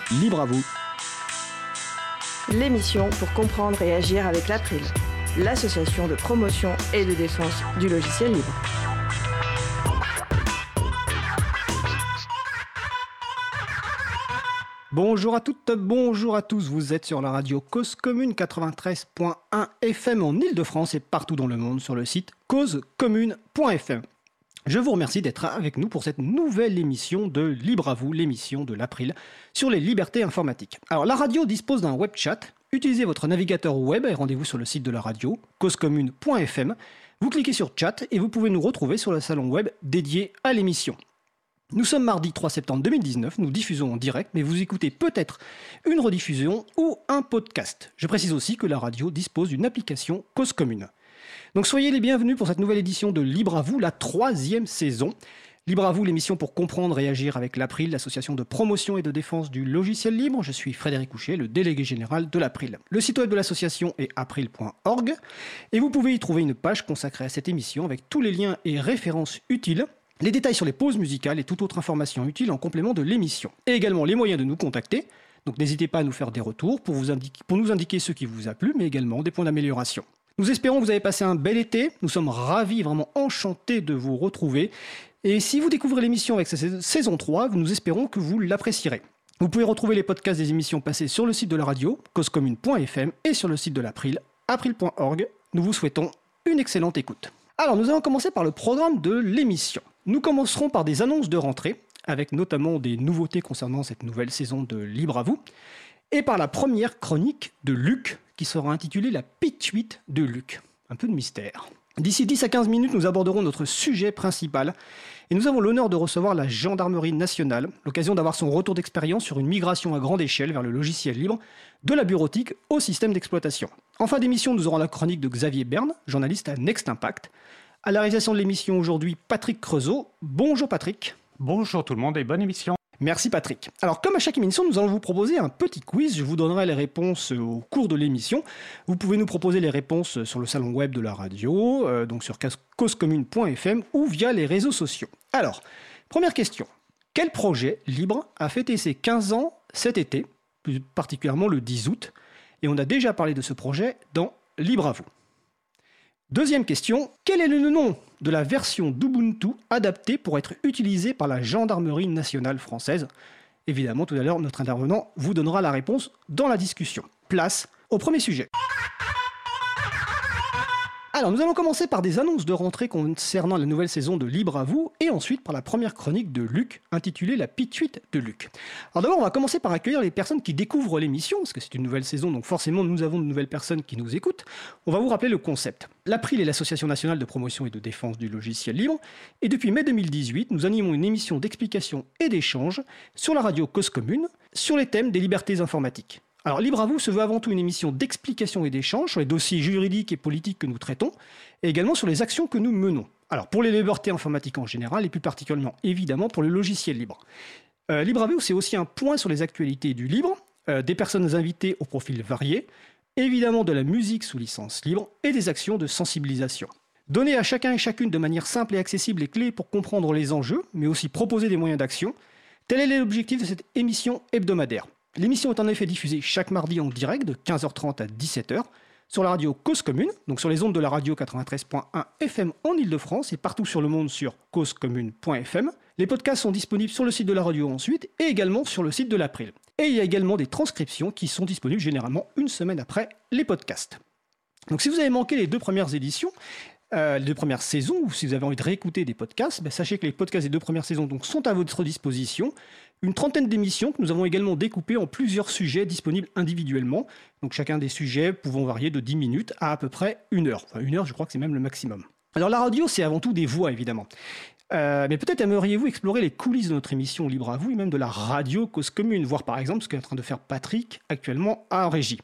Libre à vous. L'émission pour comprendre et agir avec l'April, l'association de promotion et de défense du logiciel libre. Bonjour à toutes, bonjour à tous, vous êtes sur la radio Cause Commune 93.1 FM en Ile-de-France et partout dans le monde sur le site causecommune.fm. Je vous remercie d'être avec nous pour cette nouvelle émission de Libre à vous, l'émission de l'April sur les libertés informatiques. Alors la radio dispose d'un web chat, utilisez votre navigateur web et rendez-vous sur le site de la radio, causecommune.fm. Vous cliquez sur chat et vous pouvez nous retrouver sur le salon web dédié à l'émission. Nous sommes mardi 3 septembre 2019, nous diffusons en direct, mais vous écoutez peut-être une rediffusion ou un podcast. Je précise aussi que la radio dispose d'une application Cause Commune. Donc soyez les bienvenus pour cette nouvelle édition de Libre à vous, la 3e saison. Libre à vous, l'émission pour comprendre et agir avec l'April, l'association de promotion et de défense du logiciel libre. Je suis Frédéric Couchet, le délégué général de l'April. Le site web de l'association est april.org et vous pouvez y trouver une page consacrée à cette émission avec tous les liens et références utiles. Les détails sur les pauses musicales et toute autre information utile en complément de l'émission. Et également les moyens de nous contacter. Donc n'hésitez pas à nous faire des retours pour nous indiquer ce qui vous a plu, mais également des points d'amélioration. Nous espérons que vous avez passé un bel été. Nous sommes ravis, vraiment enchantés de vous retrouver. Et si vous découvrez l'émission avec cette saison 3, nous espérons que vous l'apprécierez. Vous pouvez retrouver les podcasts des émissions passées sur le site de la radio, causecommune.fm, et sur le site de l'April, april.org. Nous vous souhaitons une excellente écoute. Alors, nous allons commencer par le programme de l'émission. Nous commencerons par des annonces de rentrée, avec notamment des nouveautés concernant cette nouvelle saison de Libre à vous, et par la première chronique de Luc, qui sera intitulée La Pituite de Luc. Un peu de mystère. D'ici 10 à 15 minutes, nous aborderons notre sujet principal, et nous avons l'honneur de recevoir la Gendarmerie nationale, l'occasion d'avoir son retour d'expérience sur une migration à grande échelle vers le logiciel libre, de la bureautique au système d'exploitation. En fin d'émission, nous aurons la chronique de Xavier Berne, journaliste à Next Impact. À la réalisation de l'émission aujourd'hui, Patrick Creusot. Bonjour Patrick. Bonjour tout le monde et bonne émission. Merci Patrick. Alors comme à chaque émission, nous allons vous proposer un petit quiz. Je vous donnerai les réponses au cours de l'émission. Vous pouvez nous proposer les réponses sur le salon web de la radio, donc sur causecommune.fm ou via les réseaux sociaux. Alors, première question. Quel projet libre a fêté ses 15 ans cet été, plus particulièrement le 10 août? Et on a déjà parlé de ce projet dans Libre à vous. Deuxième question, quel est le nom de la version d'Ubuntu adaptée pour être utilisée par la Gendarmerie nationale française? Évidemment, tout à l'heure, notre intervenant vous donnera la réponse dans la discussion. Place au premier sujet. Alors, nous allons commencer par des annonces de rentrée concernant la nouvelle saison de Libre à vous, et ensuite par la première chronique de Luc, intitulée La Pituite de Luc. Alors d'abord, on va commencer par accueillir les personnes qui découvrent l'émission, parce que c'est une nouvelle saison, donc forcément nous avons de nouvelles personnes qui nous écoutent. On va vous rappeler le concept. L'April est l'association nationale de promotion et de défense du logiciel libre, et depuis mai 2018, nous animons une émission d'explication et d'échange sur la radio Cause Commune, sur les thèmes des libertés informatiques. Alors, Libre à vous se veut avant tout une émission d'explication et d'échange sur les dossiers juridiques et politiques que nous traitons, et également sur les actions que nous menons. Alors, pour les libertés informatiques en général, et plus particulièrement, évidemment, pour le logiciel libre. Libre à vous, c'est aussi un point sur les actualités du libre, des personnes invitées aux profils variés, évidemment de la musique sous licence libre, et des actions de sensibilisation. Donner à chacun et chacune de manière simple et accessible les clés pour comprendre les enjeux, mais aussi proposer des moyens d'action, tel est l'objectif de cette émission hebdomadaire. L'émission est en effet diffusée chaque mardi en direct de 15h30 à 17h sur la radio Cause Commune, donc sur les ondes de la radio 93.1 FM en Ile-de-France et partout sur le monde sur causecommune.fm. Les podcasts sont disponibles sur le site de la radio ensuite et également sur le site de l'April. Et il y a également des transcriptions qui sont disponibles généralement une semaine après les podcasts. Donc si vous avez manqué les 2 premières éditions, les 2 premières saisons, ou si vous avez envie de réécouter des podcasts, sachez que les podcasts des 2 premières saisons donc, sont à votre disposition. Une trentaine d'émissions que nous avons également découpées en plusieurs sujets disponibles individuellement. Donc chacun des sujets pouvant varier de 10 minutes à peu près 1 heure. Enfin 1 heure, je crois que c'est même le maximum. Alors la radio, c'est avant tout des voix, évidemment. Mais peut-être aimeriez-vous explorer les coulisses de notre émission Libre à vous et même de la radio Cause Commune, voir par exemple ce qu'est en train de faire Patrick actuellement en régie.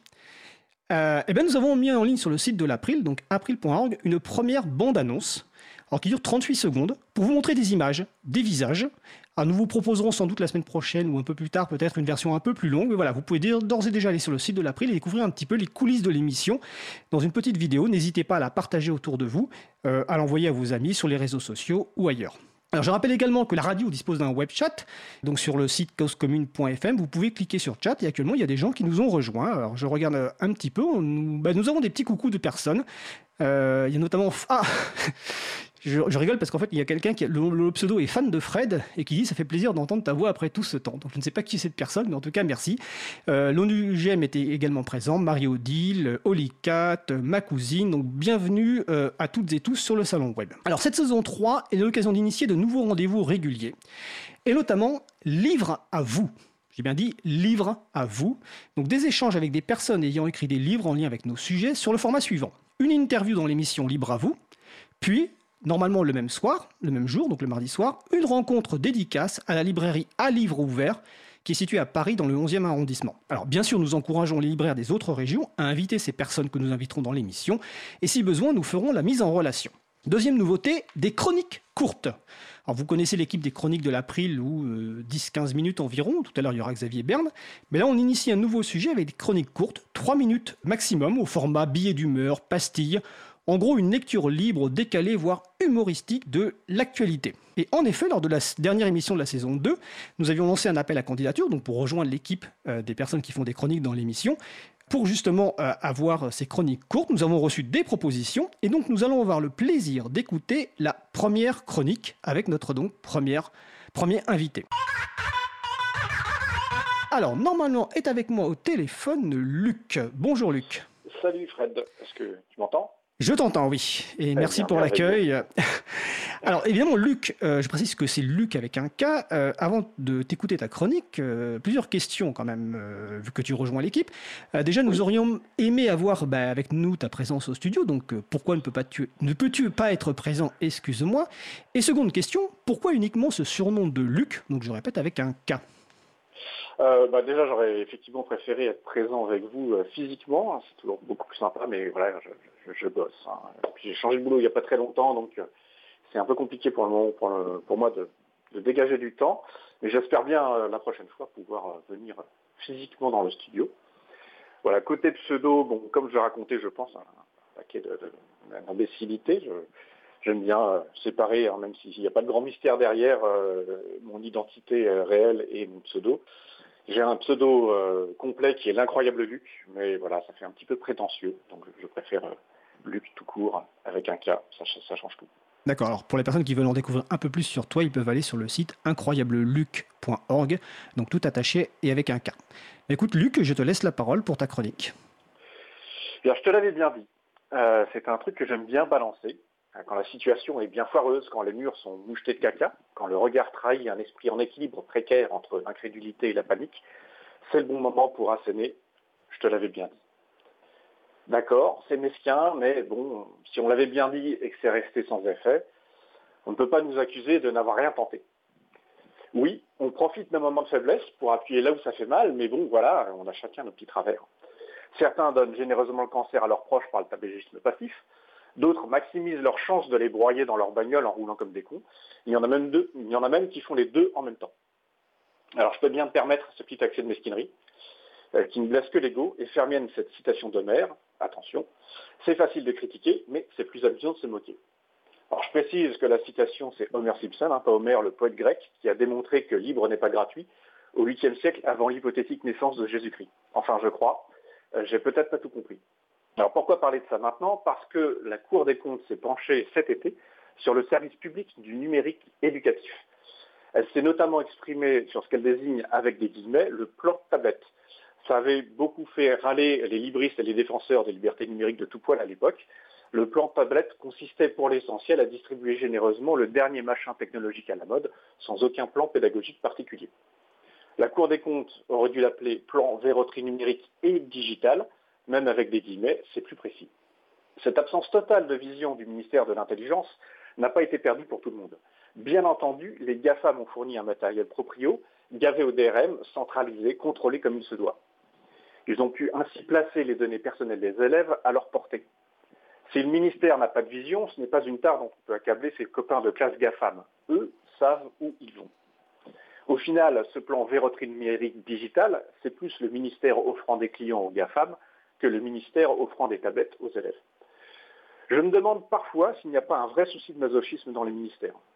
Nous avons mis en ligne sur le site de l'April, donc april.org, une première bande-annonce qui dure 38 secondes pour vous montrer des images, des visages. Alors, nous vous proposerons sans doute la semaine prochaine ou un peu plus tard peut-être une version un peu plus longue. Mais voilà, vous pouvez d'ores et déjà aller sur le site de l'April et découvrir un petit peu les coulisses de l'émission dans une petite vidéo. N'hésitez pas à la partager autour de vous, à l'envoyer à vos amis sur les réseaux sociaux ou ailleurs. Alors je rappelle également que la radio dispose d'un web chat, donc sur le site causecommune.fm, vous pouvez cliquer sur chat et actuellement il y a des gens qui nous ont rejoints. Alors je regarde un petit peu, nous avons des petits coucous de personnes. Il y a notamment... Ah je rigole parce qu'en fait il y a quelqu'un qui, le pseudo est fan de Fred et qui dit ça fait plaisir d'entendre ta voix après tout ce temps. Donc je ne sais pas qui est cette personne, mais en tout cas merci. L'ONUGM était également présent, Marie-Odile, Olicat, ma cousine, donc bienvenue à toutes et tous sur le salon web. Alors cette saison 3 est l'occasion d'initier de nouveaux rendez-vous réguliers et notamment livre à vous. J'ai bien dit livre à vous. Donc des échanges avec des personnes ayant écrit des livres en lien avec nos sujets sur le format suivant. Une interview dans l'émission Libre à vous, puis normalement le même soir, le même jour, donc le mardi soir, une rencontre dédicace à la librairie À Livre Ouvert, qui est située à Paris dans le 11e arrondissement. Alors bien sûr, nous encourageons les libraires des autres régions à inviter ces personnes que nous inviterons dans l'émission, et si besoin, nous ferons la mise en relation. Deuxième nouveauté, des chroniques courtes. Alors vous connaissez l'équipe des chroniques de l'April, où 10-15 minutes environ, tout à l'heure il y aura Xavier Berne, mais là on initie un nouveau sujet avec des chroniques courtes, 3 minutes maximum, au format billet d'humeur, pastille. En gros, une lecture libre, décalée, voire humoristique de l'actualité. Et en effet, lors de la dernière émission de la saison 2, nous avions lancé un appel à candidature, donc pour rejoindre l'équipe des personnes qui font des chroniques dans l'émission. Pour justement avoir ces chroniques courtes, nous avons reçu des propositions, et donc nous allons avoir le plaisir d'écouter la première chronique avec notre premier invité. Alors, normalement, est avec moi au téléphone Luc. Bonjour Luc. Salut Fred, est-ce que tu m'entends ? Je t'entends, oui. Et merci pour l'accueil. Alors, évidemment, Luc, je précise que c'est Luc avec un K. Avant de t'écouter ta chronique, plusieurs questions quand même, vu que tu rejoins l'équipe. Déjà, nous aurions aimé avoir avec nous ta présence au studio. Donc, pourquoi ne peux-tu pas être présent ? Excuse-moi. Et seconde question, pourquoi uniquement ce surnom de Luc ? Donc, je répète, avec un K. Déjà, j'aurais effectivement préféré être présent avec vous physiquement. C'est toujours beaucoup plus sympa, mais voilà, je bosse. Hein. Puis j'ai changé de boulot il n'y a pas très longtemps, donc c'est un peu compliqué pour le moment pour moi de dégager du temps. Mais j'espère bien la prochaine fois pouvoir venir physiquement dans le studio. Voilà, côté pseudo, bon, comme je l'ai raconté, je pense, un paquet d'imbécilité. J'aime bien séparer, hein, même s'il n'y a pas de grand mystère derrière mon identité réelle et mon pseudo. J'ai un pseudo complet qui est l'incroyable Luc, mais voilà, ça fait un petit peu prétentieux, donc je préfère Luc tout court avec un K, ça change tout. D'accord, alors pour les personnes qui veulent en découvrir un peu plus sur toi, ils peuvent aller sur le site incroyableluc.org, donc tout attaché et avec un K. Écoute Luc, je te laisse la parole pour ta chronique. Alors, je te l'avais bien dit, c'est un truc que j'aime bien balancer. Quand la situation est bien foireuse, quand les murs sont mouchetés de caca, quand le regard trahit un esprit en équilibre précaire entre l'incrédulité et la panique, c'est le bon moment pour asséner. Je te l'avais bien dit. D'accord, c'est mesquin, mais bon, si on l'avait bien dit et que c'est resté sans effet, on ne peut pas nous accuser de n'avoir rien tenté. Oui, on profite d'un moment de faiblesse pour appuyer là où ça fait mal, mais bon, voilà, on a chacun nos petits travers. Certains donnent généreusement le cancer à leurs proches par le tabagisme passif. D'autres maximisent leurs chances de les broyer dans leur bagnole en roulant comme des cons. Il y en a même qui font les deux en même temps. Alors je peux bien me permettre ce petit accès de mesquinerie, qui ne blesse que l'ego, et faire mienne cette citation d'Homère. Attention, c'est facile de critiquer, mais c'est plus amusant de se moquer. Alors je précise que la citation c'est Homer Simpson, pas Homère le poète grec, qui a démontré que libre n'est pas gratuit au 8e siècle avant l'hypothétique naissance de Jésus-Christ. Enfin je crois, j'ai peut-être pas tout compris. Alors pourquoi parler de ça maintenant ? Parce que la Cour des comptes s'est penchée cet été sur le service public du numérique éducatif. Elle s'est notamment exprimée sur ce qu'elle désigne avec des guillemets le plan de tablette. Ça avait beaucoup fait râler les libristes et les défenseurs des libertés numériques de tout poil à l'époque. Le plan de tablette consistait pour l'essentiel à distribuer généreusement le dernier machin technologique à la mode, sans aucun plan pédagogique particulier. La Cour des comptes aurait dû l'appeler plan verroterie numérique et digital, même avec des guillemets, c'est plus précis. Cette absence totale de vision du ministère de l'Intelligence n'a pas été perdue pour tout le monde. Bien entendu, les GAFAM ont fourni un matériel proprio, gavé au DRM, centralisé, contrôlé comme il se doit. Ils ont pu ainsi placer les données personnelles des élèves à leur portée. Si le ministère n'a pas de vision, ce n'est pas une tare dont on peut accabler ses copains de classe GAFAM. Eux savent où ils vont. Au final, ce plan verroterie numérique digital, c'est plus le ministère offrant des clients aux GAFAM que le ministère offrant des tablettes aux élèves. Je me demande parfois s'il n'y a pas un vrai souci de masochisme dans les ministères.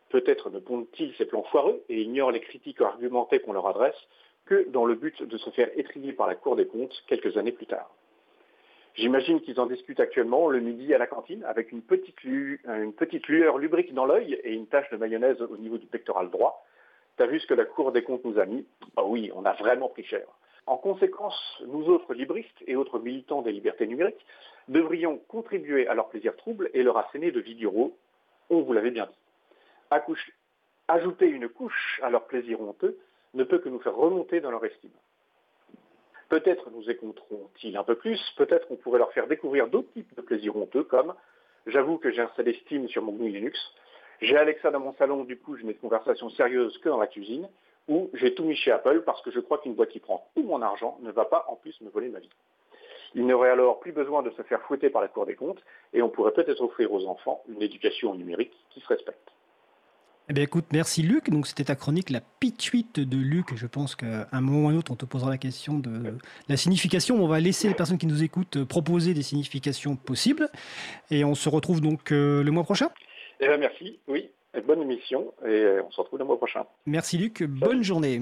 Peut-être ne pondent-ils ces plans foireux et ignorent les critiques argumentées qu'on leur adresse que dans le but de se faire étriller par la Cour des comptes quelques années plus tard. J'imagine qu'ils en discutent actuellement le midi à la cantine avec une petite lueur lubrique dans l'œil et une tache de mayonnaise au niveau du pectoral droit. T'as vu ce que la Cour des comptes nous a mis ? Ah oui, on a vraiment pris cher. En conséquence, nous autres libristes et autres militants des libertés numériques devrions contribuer à leur plaisir trouble et leur asséner de vidéos, on vous l'avait bien dit. Ajouter une couche à leur plaisir honteux ne peut que nous faire remonter dans leur estime. Peut-être nous écouteront-ils un peu plus, peut-être qu'on pourrait leur faire découvrir d'autres types de plaisirs honteux comme « j'avoue que j'ai installé Steam sur mon GNU Linux »,« j'ai Alexa dans mon salon, du coup je n'ai de conversation sérieuse que dans la cuisine » ou « j'ai tout mis chez Apple parce que je crois qu'une boîte qui prend tout mon argent ne va pas en plus me voler ma vie ». Il n'aurait alors plus besoin de se faire fouetter par la Cour des comptes et on pourrait peut-être offrir aux enfants une éducation au numérique qui se respecte. Eh bien écoute, merci Luc. Donc c'était ta chronique La pituite de Luc. Je pense qu'à un moment ou à un autre, on te posera la question de la signification. On va laisser les personnes qui nous écoutent proposer des significations possibles. Et on se retrouve donc le mois prochain. Eh bien merci, oui. Bonne émission et on se retrouve le mois prochain. Merci Luc, bonne journée.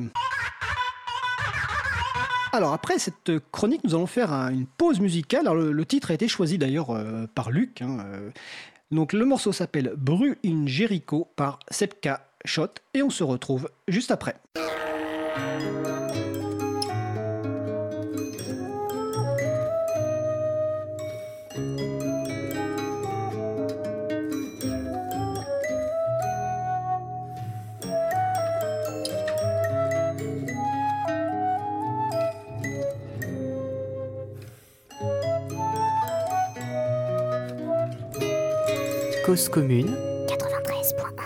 Alors après cette chronique, nous allons faire une pause musicale. Alors, le titre a été choisi d'ailleurs par Luc. Donc le morceau s'appelle Bru in Jericho par Sepka Shot et on se retrouve juste après. Cause commune 93.1.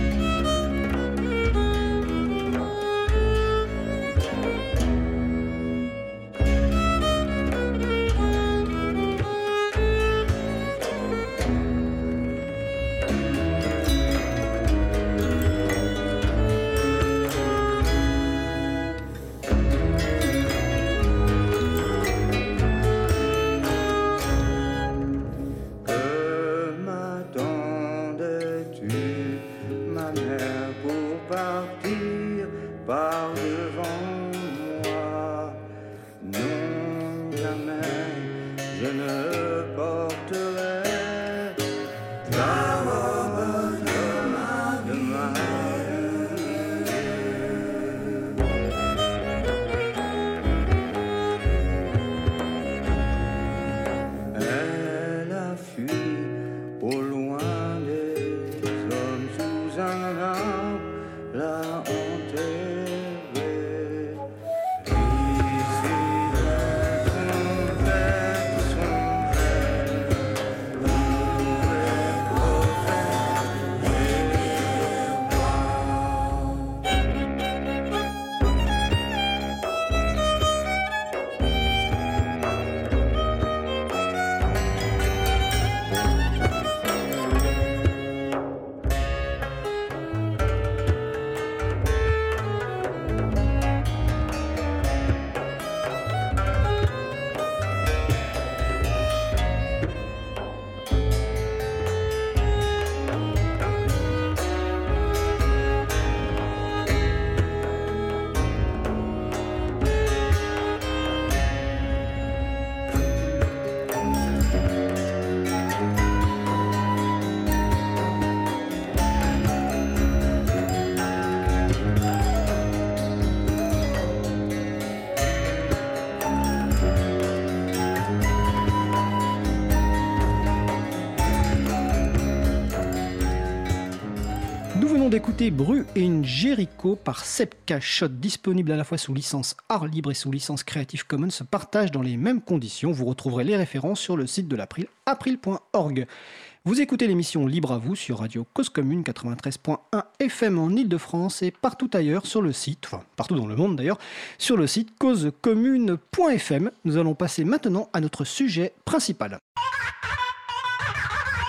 D'écouter Bru in Jericho par Sepka Shot, disponible à la fois sous licence art libre et sous licence Creative Commons, se partage dans les mêmes conditions. Vous retrouverez les références sur le site de l'April, april.org. Vous écoutez l'émission Libre à vous sur Radio Cause Commune 93.1 FM en Ile-de-France et partout ailleurs sur le site, enfin partout dans le monde d'ailleurs, sur le site causecommune.fm. Nous allons passer maintenant à notre sujet principal.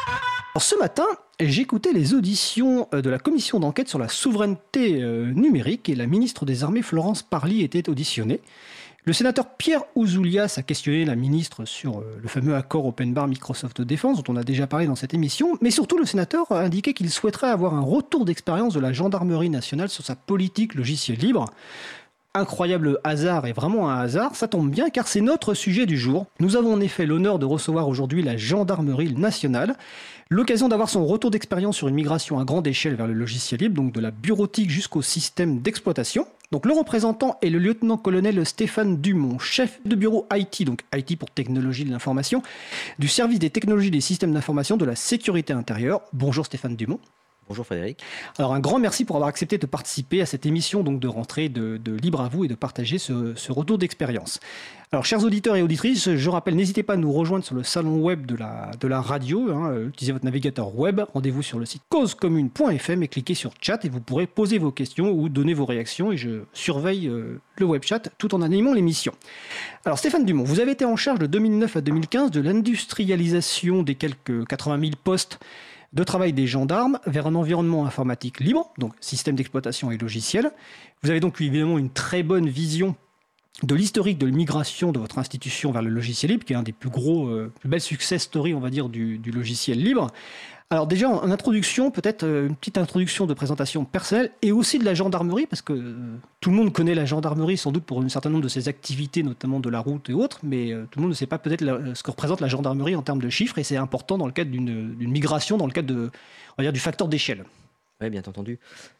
Alors, ce matin, j'écoutais les auditions de la commission d'enquête sur la souveraineté numérique et la ministre des Armées Florence Parly était auditionnée. Le sénateur Pierre Ouzoulias a questionné la ministre sur le fameux accord Open Bar Microsoft Défense dont on a déjà parlé dans cette émission, mais surtout le sénateur a indiqué qu'il souhaiterait avoir un retour d'expérience de la gendarmerie nationale sur sa politique logiciel libre. Incroyable hasard et vraiment un hasard, ça tombe bien car c'est notre sujet du jour. Nous avons en effet l'honneur de recevoir aujourd'hui la gendarmerie nationale, l'occasion d'avoir son retour d'expérience sur une migration à grande échelle vers le logiciel libre, donc de la bureautique jusqu'au système d'exploitation. Donc le représentant est le lieutenant-colonel Stéphane Dumont, chef de bureau IT, donc IT pour technologie de l'information, du service des technologies des systèmes d'information de la sécurité intérieure. Bonjour Stéphane Dumont. Bonjour Frédéric. Alors un grand merci pour avoir accepté de participer à cette émission donc de rentrée de Libre à vous et de partager ce retour d'expérience. Alors chers auditeurs et auditrices, je rappelle, n'hésitez pas à nous rejoindre sur le salon web de la radio, utilisez votre navigateur web, rendez-vous sur le site causecommune.fm et cliquez sur chat et vous pourrez poser vos questions ou donner vos réactions et je surveille le web chat tout en animant l'émission. Alors Stéphane Dumont, vous avez été en charge de 2009 à 2015 de l'industrialisation des quelques 80 000 postes de travail des gendarmes vers un environnement informatique libre, donc système d'exploitation et logiciel. Vous avez donc évidemment une très bonne vision de l'historique de la migration de votre institution vers le logiciel libre, qui est un des plus belles success stories, on va dire, du logiciel libre. Alors déjà, en introduction, peut-être une petite introduction de présentation personnelle et aussi de la gendarmerie, parce que tout le monde connaît la gendarmerie sans doute pour un certain nombre de ses activités, notamment de la route et autres, mais tout le monde ne sait pas peut-être ce que représente la gendarmerie en termes de chiffres, et c'est important dans le cadre d'une migration, dans le cadre on va dire, du facteur d'échelle. Oui, bien entendu.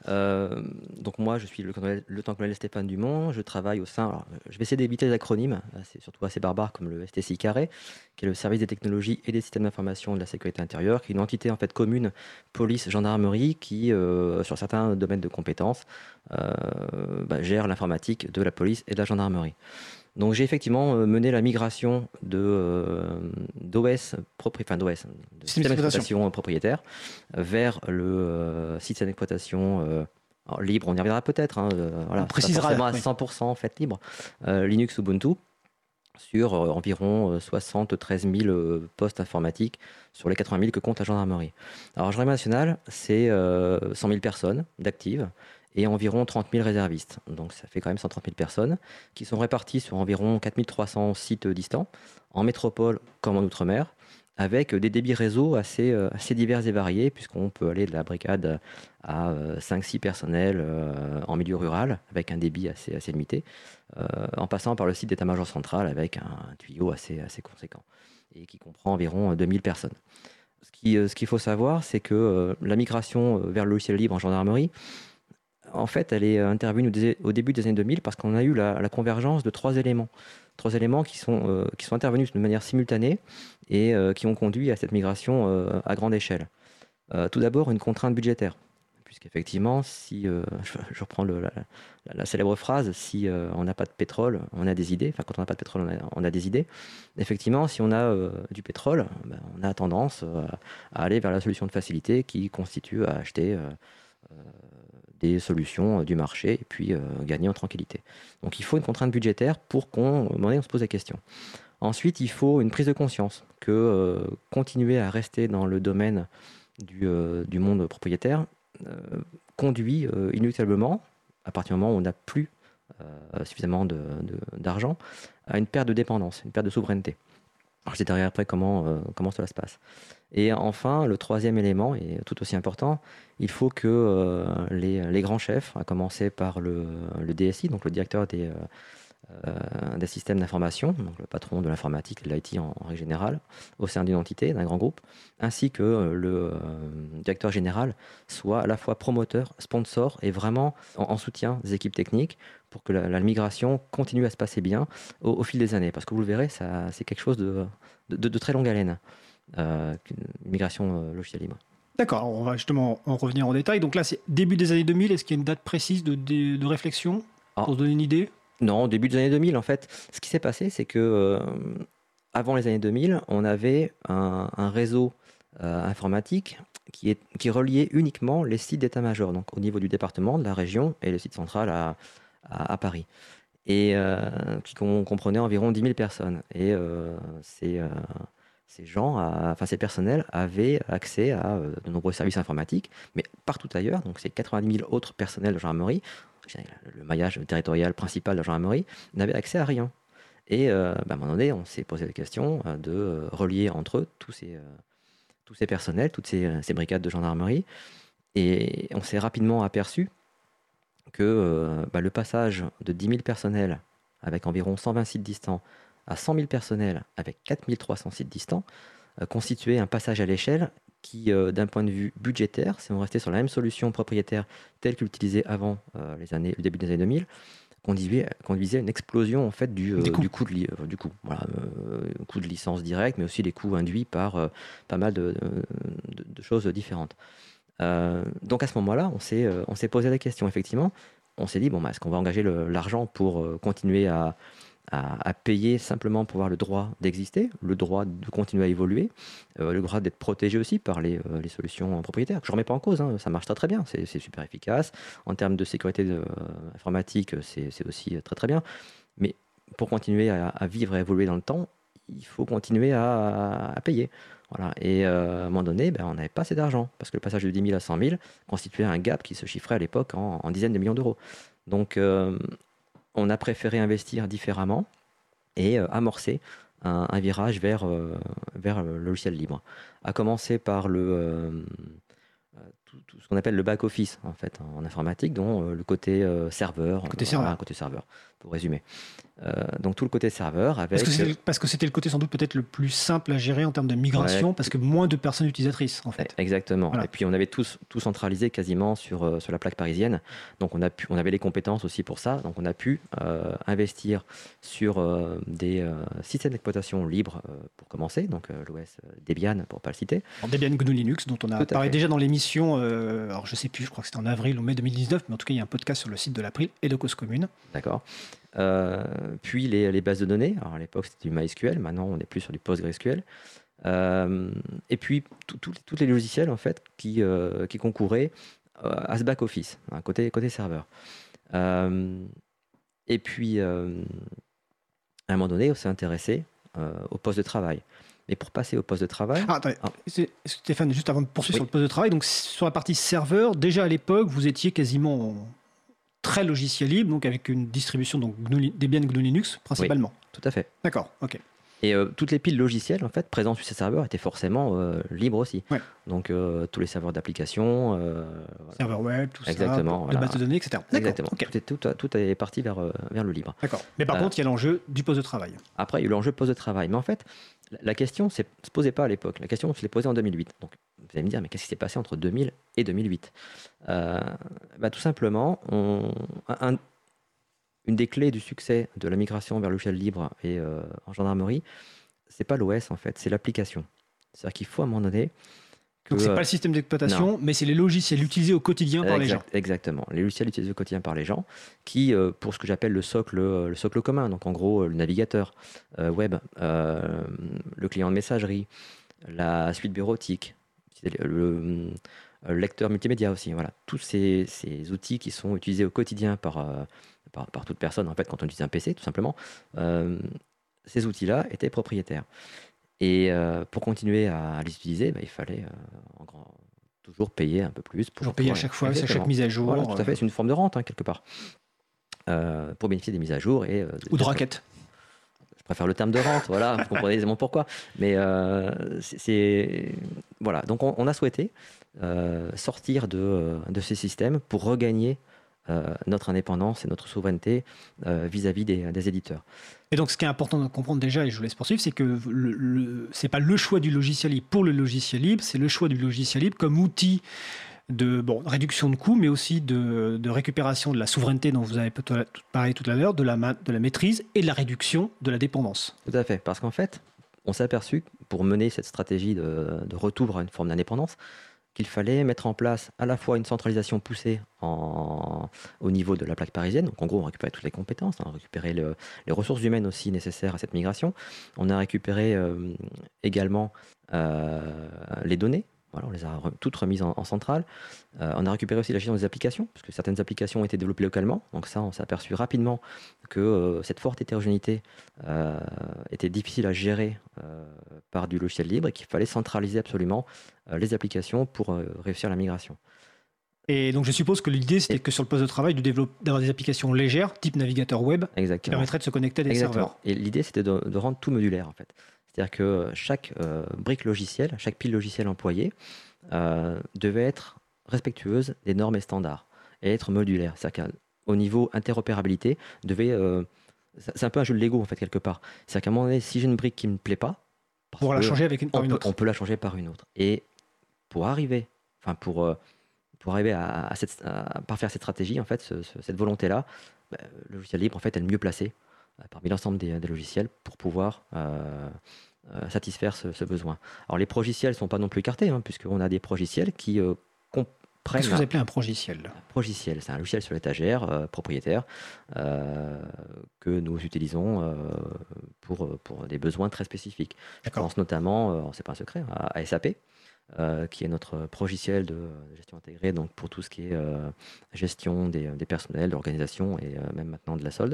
Donc moi, je suis le lieutenant-colonel Stéphane Dumont. Je travaille au sein... Alors, je vais essayer d'éviter les acronymes, c'est surtout assez barbare, comme le STSI carré, qui est le service des technologies et des systèmes d'information de la sécurité intérieure, qui est une entité en fait commune police-gendarmerie qui, sur certains domaines de compétences, gère l'informatique de la police et de la gendarmerie. Donc j'ai effectivement mené la migration d'OS, de système d'exploitation propriétaire, vers le système d'exploitation libre. On y reviendra peut-être. On précisera. Pas forcément à 100% en fait libre. Linux Ubuntu sur environ 73 000 postes informatiques sur les 80 000 que compte la gendarmerie. Alors la gendarmerie nationale, c'est 100 000 personnes d'actives et environ 30 000 réservistes. Donc ça fait quand même 130 000 personnes qui sont réparties sur environ 4 300 sites distants, en métropole comme en outre-mer, avec des débits réseau assez divers et variés, puisqu'on peut aller de la brigade à 5-6 personnels en milieu rural, avec un débit assez limité, en passant par le site d'état-major central avec un tuyau assez conséquent, et qui comprend environ 2000 personnes. Ce qu'il faut savoir, c'est que la migration vers le logiciel libre en gendarmerie, en fait, elle est intervenue au début des années 2000 parce qu'on a eu la convergence de trois éléments qui sont intervenus de manière simultanée et qui ont conduit à cette migration à grande échelle. Tout d'abord, une contrainte budgétaire, puisqu'effectivement, si je reprends la célèbre phrase, si on n'a pas de pétrole, on a des idées. Enfin, quand on n'a pas de pétrole, on a des idées. Effectivement, si on a du pétrole, on a tendance à aller vers la solution de facilité qui constitue à acheter des solutions du marché et puis gagner en tranquillité. Donc il faut une contrainte budgétaire pour qu'on se pose la question. Ensuite, il faut une prise de conscience que continuer à rester dans le domaine du monde propriétaire conduit inéluctablement, à partir du moment où on n'a plus suffisamment d'argent, à une perte de dépendance, une perte de souveraineté. Alors, je détaillerai après comment cela se passe. Et enfin, le troisième élément, et tout aussi important, il faut que les grands chefs, à commencer par le DSI, donc le directeur des systèmes d'information, donc le patron de l'informatique et de l'IT en règle générale, au sein d'une entité, d'un grand groupe, ainsi que le directeur général soit à la fois promoteur, sponsor et vraiment en soutien des équipes techniques pour que la migration continue à se passer bien au fil des années. Parce que vous le verrez, c'est quelque chose de très longue haleine, une migration logiciel libre. D'accord, on va justement en revenir en détail. Donc là, c'est début des années 2000. Est-ce qu'il y a une date précise de réflexion pour se donner une idée ? Non, début des années 2000, en fait. Ce qui s'est passé, c'est que avant les années 2000, on avait un réseau informatique qui reliait uniquement les sites d'état-major, donc au niveau du département, de la région et le site central à Paris, et qui comprenait environ 10 000 personnes. Et ces ces personnels avaient accès à de nombreux services informatiques, mais partout ailleurs, donc ces 90 000 autres personnels de gendarmerie, le maillage territorial principal de la gendarmerie, n'avaient accès à rien. Et à un moment donné, on s'est posé la question de relier entre eux tous ces personnels, toutes ces brigades de gendarmerie, et on s'est rapidement aperçu que le passage de 10 000 personnels avec environ 120 sites distants à 100 000 personnels avec 4 300 sites distants constituait un passage à l'échelle qui, d'un point de vue budgétaire, si on restait sur la même solution propriétaire telle qu'utilisée avant le début des années 2000, conduisait à une explosion en fait du coût de licence directe, mais aussi les coûts induits par pas mal de choses différentes. Donc à ce moment-là, on s'est posé la question, effectivement. On s'est dit, est-ce qu'on va engager l'argent pour continuer à payer simplement pour avoir le droit d'exister, le droit de continuer à évoluer, le droit d'être protégé aussi par les solutions propriétaires, que je ne remets pas en cause, ça marche très très bien, c'est super efficace. En termes de sécurité informatique, c'est aussi très très bien. Mais pour continuer à vivre et à évoluer dans le temps, il faut continuer à payer. Voilà. Et à un moment donné, on n'avait pas assez d'argent, parce que le passage de 10 000 à 100 000 constituait un gap qui se chiffrait à l'époque en dizaines de millions d'euros. Donc on a préféré investir différemment et amorcer un virage vers le logiciel libre. À commencer par tout ce qu'on appelle le back-office en fait, en informatique, dont le côté serveur. Côté serveur, pour résumer. Donc tout le côté serveur avec... Parce que c'était le côté sans doute peut-être le plus simple à gérer en termes de migration, parce que moins de personnes utilisatrices en fait. Exactement. Voilà. Et puis on avait tout centralisé quasiment sur la plaque parisienne. Donc on avait les compétences aussi pour ça. Donc on a pu investir sur des systèmes d'exploitation libres pour commencer. Donc l'OS Debian pour ne pas le citer. Debian GNU Linux dont on a parlé déjà dans l'émission, alors je sais plus, je crois que c'était en avril ou mai 2019, mais en tout cas il y a un podcast sur le site de l'April et de Cause Commune. D'accord. Puis les bases de données. Alors à l'époque c'était du MySQL, maintenant on est plus sur du PostgreSQL. Et puis tous les logiciels en fait qui concouraient à ce back office, côté serveur. Et puis à un moment donné on s'est intéressé au poste de travail. Mais pour passer au poste de travail... Attendez, Stéphane, juste avant de poursuivre sur le poste de travail, donc sur la partie serveur, déjà à l'époque vous étiez quasiment très logiciel libre, donc avec une distribution donc Debian GNU Linux principalement. Oui, tout à fait. D'accord, ok. Et toutes les piles logicielles en fait présentes sur ces serveurs étaient forcément libres aussi. Ouais. Donc tous les serveurs d'application, serveurs web, tout exactement, ça, les bases de données, etc. Exactement. Okay. Tout est parti vers le libre. D'accord. Mais par contre, il y a l'enjeu du poste de travail. Après, il y a eu l'enjeu poste de travail. Mais en fait, la question ne se posait pas à l'époque. La question se l'est posée en 2008. Donc vous allez me dire, mais qu'est-ce qui s'est passé entre 2000 et 2008 tout simplement, une des clés du succès de la migration vers le logiciel libre et en gendarmerie, c'est pas l'OS en fait, c'est l'application. C'est-à-dire qu'il faut à un moment donné... Donc c'est pas le système d'exploitation, mais c'est les logiciels utilisés au quotidien par les gens. Exactement, les logiciels utilisés au quotidien par les gens, qui, pour ce que j'appelle le socle commun, donc en gros le navigateur web, le client de messagerie, la suite bureautique, le lecteur multimédia aussi, voilà, tous ces outils qui sont utilisés au quotidien par toute personne, en fait, quand on utilise un PC, tout simplement, ces outils-là étaient propriétaires. Et pour continuer à les utiliser, il fallait toujours payer un peu plus. Toujours payer à chaque fois, à chaque mise à jour. Voilà, tout à fait, c'est une forme de rente, quelque part, pour bénéficier des mises à jour. Ou de raquettes. Je préfère le terme de rente, voilà, vous comprenez aisément pourquoi. Mais voilà, donc on a souhaité sortir de ces systèmes pour regagner notre indépendance et notre souveraineté vis-à-vis des éditeurs. Et donc ce qui est important de comprendre déjà, et je vous laisse poursuivre, c'est que c'est pas le choix du logiciel libre pour le logiciel libre, c'est le choix du logiciel libre comme outil de réduction de coûts, mais aussi de récupération de la souveraineté dont vous avez parlé tout à l'heure, de la maîtrise et de la réduction de la dépendance. Tout à fait, parce qu'en fait, on s'est aperçu, pour mener cette stratégie de retour à une forme d'indépendance, qu'il fallait mettre en place à la fois une centralisation poussée au niveau de la plaque parisienne. Donc en gros, on récupérait toutes les compétences, on a récupéré les ressources humaines aussi nécessaires à cette migration. On a récupéré également les données Voilà, on les a toutes remises en centrale. On a récupéré aussi la gestion des applications, parce que certaines applications ont été développées localement. Donc ça, on s'est aperçu rapidement que cette forte hétérogénéité était difficile à gérer par du logiciel libre et qu'il fallait centraliser absolument les applications pour réussir la migration. Et donc je suppose que l'idée c'était que sur le poste de travail d'avoir des applications légères, type navigateur web, qui permettraient de se connecter à des serveurs. Et l'idée c'était de rendre tout modulaire en fait. C'est-à-dire que chaque brique logicielle, chaque pile logicielle employée devait être respectueuse des normes et standards et être modulaire. C'est-à-dire qu'au niveau interopérabilité, c'est un peu un jeu de Lego en fait quelque part. C'est-à-dire qu'à un moment donné, si j'ai une brique qui ne me plaît pas, pour la changer par une autre. On peut la changer par une autre. Et pour arriver à parfaire cette stratégie, en fait, cette volonté-là, le logiciel libre, en fait, est le mieux placé parmi l'ensemble des logiciels pour pouvoir satisfaire ce besoin. Alors, les progiciels ne sont pas non plus écartés, puisqu'on a des progiciels qui comprennent... Qu'est-ce que vous appelez un progiciel ? Un progiciel, c'est un logiciel sur l'étagère propriétaire que nous utilisons pour des besoins très spécifiques. Je pense notamment, c'est pas un secret, à SAP, qui est notre progiciel de gestion intégrée, donc pour tout ce qui est gestion des personnels, de l'organisation et même maintenant de la solde,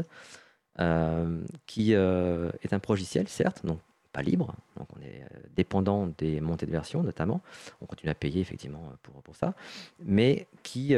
qui est un progiciel, certes, donc pas libre, donc on est dépendant des montées de version notamment, on continue à payer effectivement pour ça, mais qui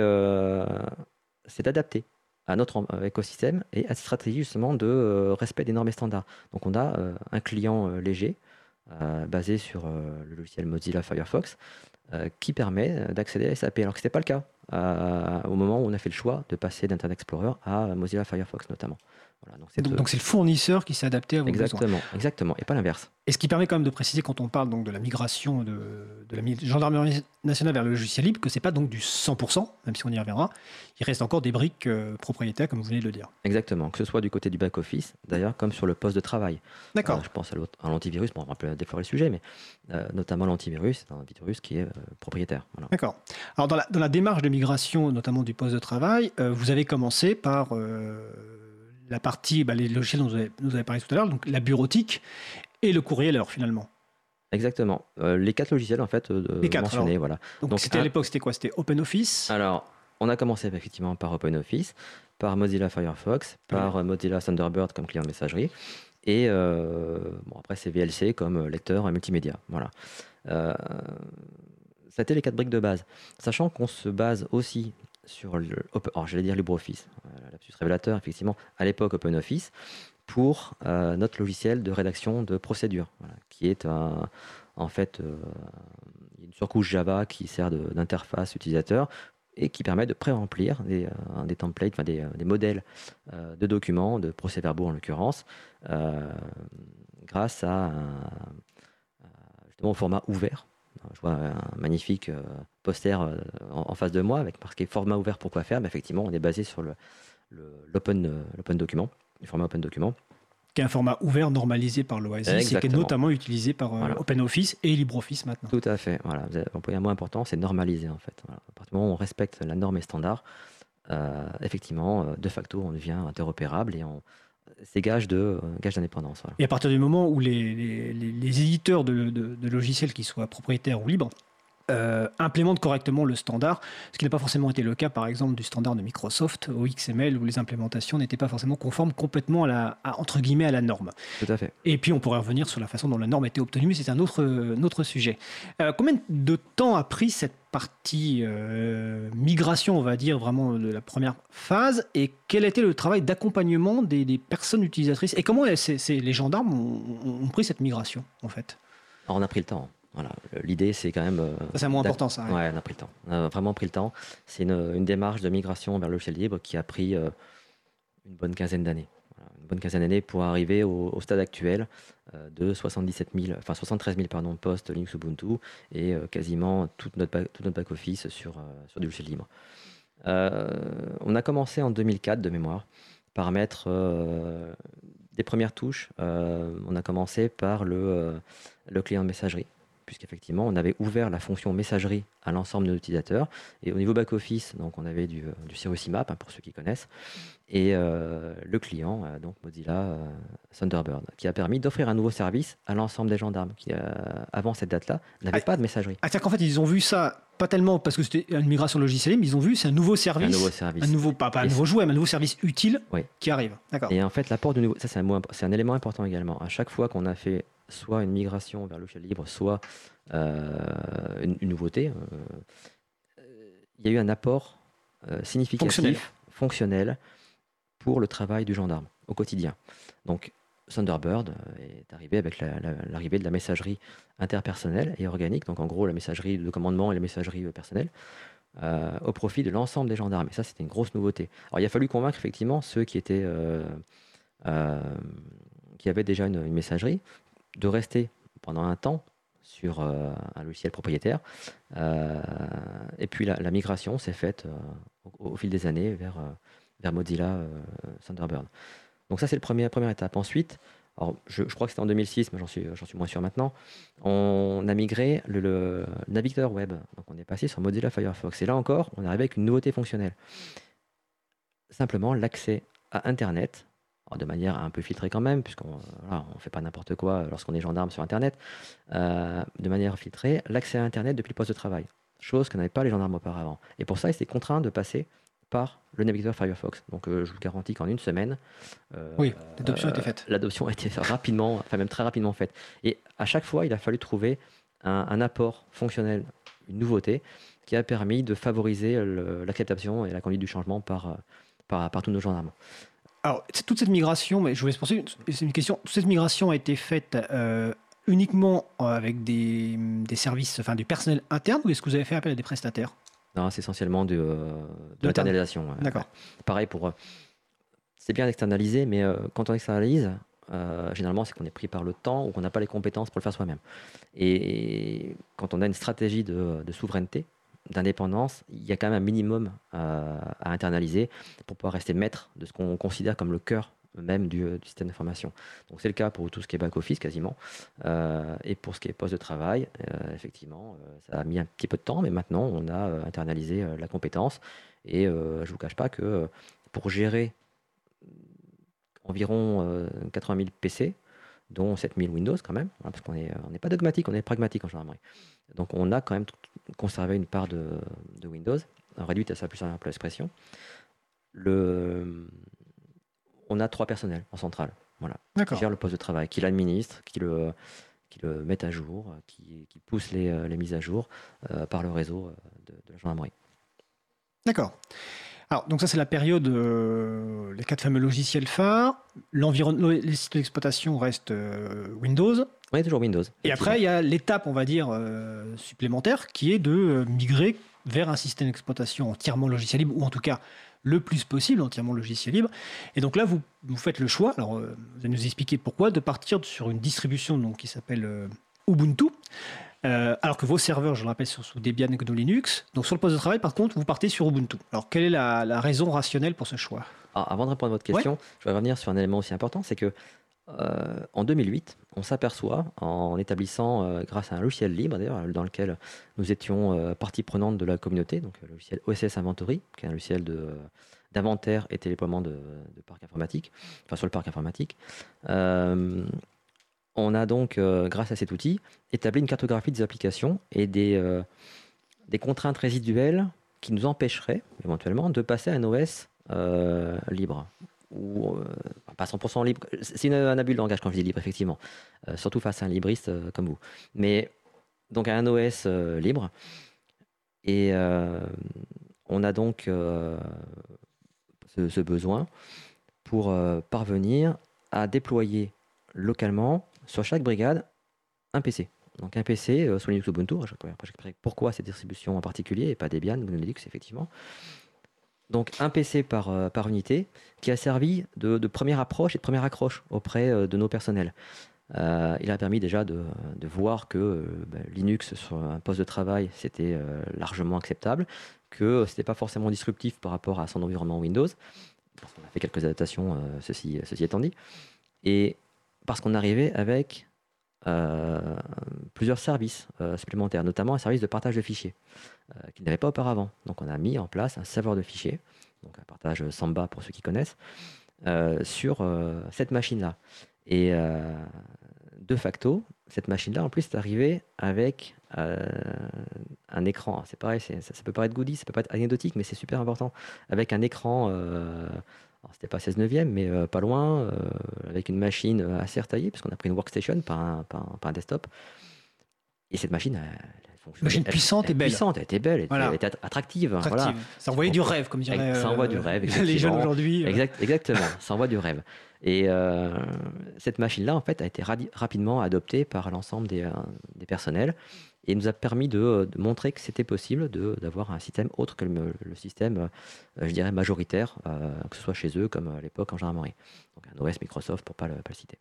s'est adapté à notre écosystème et à cette stratégie justement de respect des normes et standards. Donc on a un client léger, basé sur le logiciel Mozilla Firefox, qui permet d'accéder à SAP. Alors que ce n'était pas le cas au moment où on a fait le choix de passer d'Internet Explorer à Mozilla Firefox notamment. Voilà, donc c'est le fournisseur qui s'est adapté à vos besoins. Exactement, et pas l'inverse. Et ce qui permet quand même de préciser quand on parle donc de la migration de la gendarmerie nationale vers le logiciel libre, que ce n'est pas donc du 100%, même si on y reviendra, il reste encore des briques propriétaires, comme vous venez de le dire. Exactement, que ce soit du côté du back-office, d'ailleurs, comme sur le poste de travail. D'accord. Je pense à l'antivirus, on va un peu déflorer le sujet, mais notamment l'antivirus, c'est un antivirus qui est propriétaire. Voilà. D'accord. Alors dans la démarche de migration, notamment du poste de travail, vous avez commencé par... la partie, les logiciels dont vous avez parlé tout à l'heure, donc la bureautique et le courrieleur finalement. Exactement. Les 4 logiciels en fait mentionnés. Alors, voilà. Donc à l'époque, c'était quoi ? C'était OpenOffice ? Alors, on a commencé effectivement par OpenOffice, par Mozilla Firefox, par Mozilla Thunderbird comme client de messagerie, et après c'est VLC comme lecteur multimédia. Voilà. Ça a été les 4 briques de base. Sachant qu'on se base aussi sur j'allais dire LibreOffice, lapsus révélateur, effectivement, à l'époque OpenOffice, pour notre logiciel de rédaction de procédure, qui est en fait une surcouche Java qui sert d'interface utilisateur et qui permet de pré-remplir des templates, des modèles de documents, de procès-verbaux en l'occurrence, grâce à justement au format ouvert. Je vois un magnifique poster en face de moi avec marqué format ouvert pour quoi faire. Mais effectivement, on est basé sur l'open document, le format open document. Qui est un format ouvert normalisé par l'OASIS et qui est notamment utilisé par OpenOffice et LibreOffice maintenant. Tout à fait. Voilà. Vous avez employé un mot important, c'est normaliser en fait. Voilà. À partir du moment où on respecte la norme et standard, effectivement, de facto, on devient interopérable et c'est gage d'indépendance. Voilà. Et à partir du moment où les éditeurs de logiciels, qu'ils soient propriétaires ou libres, implémentent correctement le standard, ce qui n'a pas forcément été le cas, par exemple, du standard de Microsoft au XML, où les implémentations n'étaient pas forcément conformes complètement entre guillemets à la norme. Tout à fait. Et puis on pourrait revenir sur la façon dont la norme était obtenue, mais c'est un autre sujet. Combien de temps a pris cette partie migration, on va dire, vraiment de la première phase, et quel était le travail d'accompagnement des personnes utilisatrices, et comment les gendarmes ont pris cette migration, en fait ? Alors, on a pris le temps. Voilà. L'idée, c'est quand même... c'est un mot important, ça. Ouais, on a pris le temps. On a vraiment pris le temps. C'est une démarche de migration vers le logiciel libre qui a pris une bonne quinzaine d'années. Voilà, une bonne quinzaine d'années pour arriver au stade actuel de 73 000 postes Linux Ubuntu et quasiment tout notre back-office sur du logiciel libre. On a commencé en 2004 de mémoire par mettre des premières touches. On a commencé par le client de messagerie, puisqu'effectivement, on avait ouvert la fonction messagerie à l'ensemble de nos utilisateurs. Et au niveau back-office, donc on avait du Cirrus IMAP, pour ceux qui connaissent, et le client, donc Mozilla Thunderbird, qui a permis d'offrir un nouveau service à l'ensemble des gendarmes qui, avant cette date-là, n'avaient pas de messagerie. C'est-à-dire qu'en fait, ils ont vu ça, pas tellement parce que c'était une migration logicielle, mais ils ont vu c'est un nouveau service. Un nouveau service. Pas un nouveau jouet, mais un nouveau service utile qui arrive. D'accord. Et en fait, l'apport de nouveau, ça c'est un élément important également. À chaque fois qu'on a fait soit une migration vers le logiciel libre, soit une nouveauté, il y a eu un apport significatif, fonctionnel pour le travail du gendarme au quotidien. Donc Thunderbird est arrivé avec l'arrivée de la messagerie interpersonnelle et organique, donc en gros la messagerie de commandement et la messagerie personnelle, au profit de l'ensemble des gendarmes. Et ça, c'était une grosse nouveauté. Alors il a fallu convaincre effectivement ceux qui avaient déjà une messagerie de rester pendant un temps sur un logiciel propriétaire. Et puis la migration s'est faite au fil des années vers Mozilla Thunderbird. Donc ça, c'est la première étape. Ensuite, alors je crois que c'était en 2006, mais j'en suis moins sûr maintenant, on a migré le navigateur web. Donc on est passé sur Mozilla Firefox. Et là encore, on est arrivé avec une nouveauté fonctionnelle. Simplement l'accès à Internet, de manière un peu filtrée quand même, puisqu'on ne fait pas n'importe quoi lorsqu'on est gendarme sur Internet, de manière filtrée, l'accès à Internet depuis le poste de travail, chose que n'avaient pas les gendarmes auparavant. Et pour ça, ils étaient contraints de passer par le navigateur Firefox. Donc je vous garantis qu'en une semaine, l'adoption a été faite. L'adoption a été rapidement, enfin même très rapidement faite. Et à chaque fois, il a fallu trouver un apport fonctionnel, une nouveauté, qui a permis de favoriser l'acceptation et la conduite du changement par tous nos gendarmes. Alors, toute cette migration, mais je voulais se penser, c'est une question, toute cette migration a été faite uniquement avec des services, enfin du personnel interne, ou est-ce que vous avez fait appel à des prestataires ? Non, c'est essentiellement de l'internalisation. D'accord. Pareil, c'est bien d'externaliser, mais quand on externalise, généralement, c'est qu'on est pris par le temps ou qu'on n'a pas les compétences pour le faire soi-même. Et quand on a une stratégie de souveraineté, d'indépendance, il y a quand même un minimum à internaliser pour pouvoir rester maître de ce qu'on considère comme le cœur même du système d'information. Donc c'est le cas pour tout ce qui est back-office quasiment. Et pour ce qui est poste de travail, effectivement, ça a mis un petit peu de temps, mais maintenant on a internalisé la compétence. Et je ne vous cache pas que pour gérer environ 80 000 PC, dont 7 000 Windows quand même, parce qu'on n'est pas dogmatique, on est pragmatique en gendarmerie. Donc on a quand même conservé une part de Windows, réduite à sa plus simple expression. On a 3 personnels en centrale, qui gèrent le poste de travail, qui l'administrent, qui le mettent à jour, qui poussent les mises à jour par le réseau de la gendarmerie. D'accord. Alors, donc ça, c'est la période, les 4 fameux logiciels phares. Les sites d'exploitation restent Windows. Oui, toujours Windows. Et après, il y a l'étape, on va dire, supplémentaire, qui est de migrer vers un système d'exploitation entièrement logiciel libre, ou en tout cas le plus possible entièrement logiciel libre. Et donc là, vous faites le choix, alors vous allez nous expliquer pourquoi, de partir sur une distribution donc, qui s'appelle Ubuntu. Alors que vos serveurs, je le rappelle, sont sous Debian et GNU Linux. Donc sur le poste de travail, par contre, vous partez sur Ubuntu. Alors quelle est la raison rationnelle pour ce choix ? Alors, avant de répondre à votre question, je voudrais revenir sur un élément aussi important, c'est que en 2008, on s'aperçoit, en établissant, grâce à un logiciel libre d'ailleurs, dans lequel nous étions partie prenante de la communauté, donc le logiciel OSS Inventory, qui est un logiciel d'inventaire et déploiement de parc informatique, enfin sur le parc informatique. On a donc, grâce à cet outil, établi une cartographie des applications et des contraintes résiduelles qui nous empêcheraient éventuellement de passer à un OS libre. Ou pas 100% libre. C'est un abus de langage quand je dis libre, effectivement. Surtout face à un libriste comme vous. Mais donc à un OS libre. Et on a donc ce besoin pour parvenir à déployer localement sur chaque brigade un PC. Donc un PC sous Linux Ubuntu. Pourquoi cette distribution en particulier et pas Debian, GNU Linux, effectivement. Donc un PC par unité qui a servi de première approche et de première accroche auprès de nos personnels. Il a permis déjà de voir que Linux sur un poste de travail c'était largement acceptable, que ce n'était pas forcément disruptif par rapport à son environnement Windows, parce qu'on a fait quelques adaptations, ceci étant dit, et parce qu'on arrivait avec plusieurs services supplémentaires, notamment un service de partage de fichiers qu'il n'avait pas auparavant. Donc on a mis en place un serveur de fichiers, donc un partage Samba pour ceux qui connaissent, sur cette machine-là. Et de facto, cette machine-là, en plus, est arrivée avec un écran. C'est pareil, ça peut paraître goodies, ça peut paraître anecdotique, mais c'est super important. Avec un écran, alors c'était pas 16 neuvième, mais pas loin, avec une machine assez retaillée, puisqu'on a pris une workstation, pas un desktop. Et cette machine, elle fonctionne. Machine puissante et belle. Puissante, elle était belle, Voilà. elle était attractive. Attractive. Voilà. Ça envoyait du rêve, comme dirait Ça envoie du rêve, les jeunes effectivement. aujourd'hui. Exactement, ça envoie du rêve. Et cette machine-là, en fait, a été rapidement adoptée par l'ensemble des personnels et nous a permis de montrer que c'était possible d'avoir un système autre que le système, je dirais, majoritaire, que ce soit chez eux, comme à l'époque en gendarmerie. Donc un OS Microsoft, pour ne pas le citer.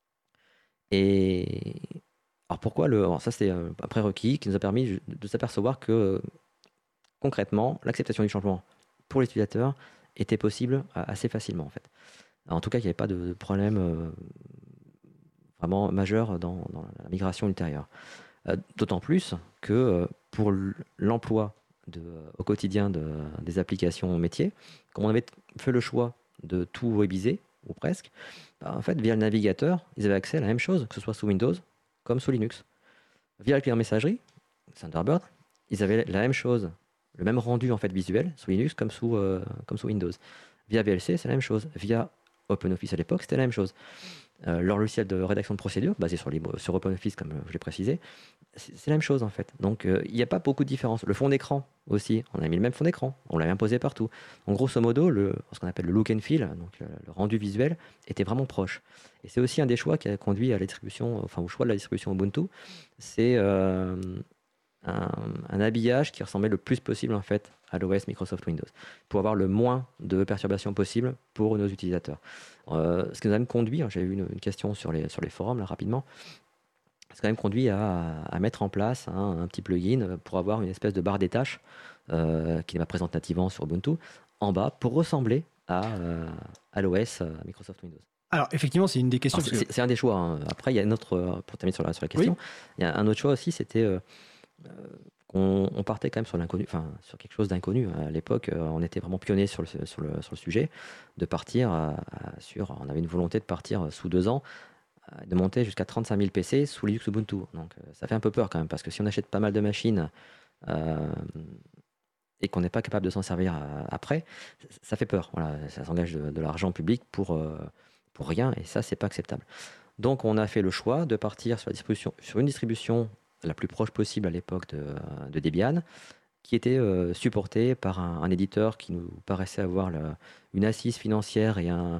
Et alors pourquoi alors ça, c'est un prérequis qui nous a permis de s'apercevoir que concrètement, l'acceptation du changement pour les utilisateurs était possible assez facilement, en fait. En tout cas, il n'y avait pas de problème vraiment majeur dans la migration ultérieure. D'autant plus que pour l'emploi au quotidien des applications métiers, comme on avait fait le choix de tout webiser, ou presque, en fait, via le navigateur, ils avaient accès à la même chose, que ce soit sous Windows comme sous Linux. Via le client messagerie, Thunderbird, ils avaient la même chose, le même rendu en fait visuel sous Linux comme sous Windows. Via VLC, c'est la même chose. Via OpenOffice à l'époque, c'était la même chose. Leur logiciel de rédaction de procédures, basé sur OpenOffice, comme je l'ai précisé, c'est la même chose en fait. Donc il n'y a pas beaucoup de différence. Le fond d'écran aussi, on a mis le même fond d'écran, on l'a imposé partout. Donc grosso modo, ce qu'on appelle le look and feel, donc le rendu visuel, était vraiment proche. Et c'est aussi un des choix qui a conduit à au choix de la distribution Ubuntu. C'est un habillage qui ressemblait le plus possible en fait à l'OS Microsoft Windows, pour avoir le moins de perturbations possibles pour nos utilisateurs. Ce qui nous a même conduit, j'ai eu une question sur les forums là, rapidement, ça a quand même conduit à mettre en place un petit plugin pour avoir une espèce de barre des tâches qui n'est pas présente nativement sur Ubuntu, en bas, pour ressembler à l'OS Microsoft Windows. Alors, effectivement, c'est une des questions. C'est un des choix. Hein. Après, il y a une autre, pour terminer sur la question, oui. Il y a un autre choix aussi, c'était qu'on partait quand même sur l'inconnu, enfin sur quelque chose d'inconnu. À l'époque, on était vraiment pionniers sur le sujet, de partir on avait une volonté de partir sous 2 ans, de monter jusqu'à 35 000 PC sous Linux Ubuntu. Donc ça fait un peu peur quand même, parce que si on achète pas mal de machines et qu'on n'est pas capable de s'en servir après, ça fait peur. Voilà, ça s'engage de l'argent public pour rien, et ça, c'est pas acceptable. Donc on a fait le choix de partir sur une distribution la plus proche possible à l'époque de Debian, qui était supportée par un éditeur qui nous paraissait avoir une assise financière et un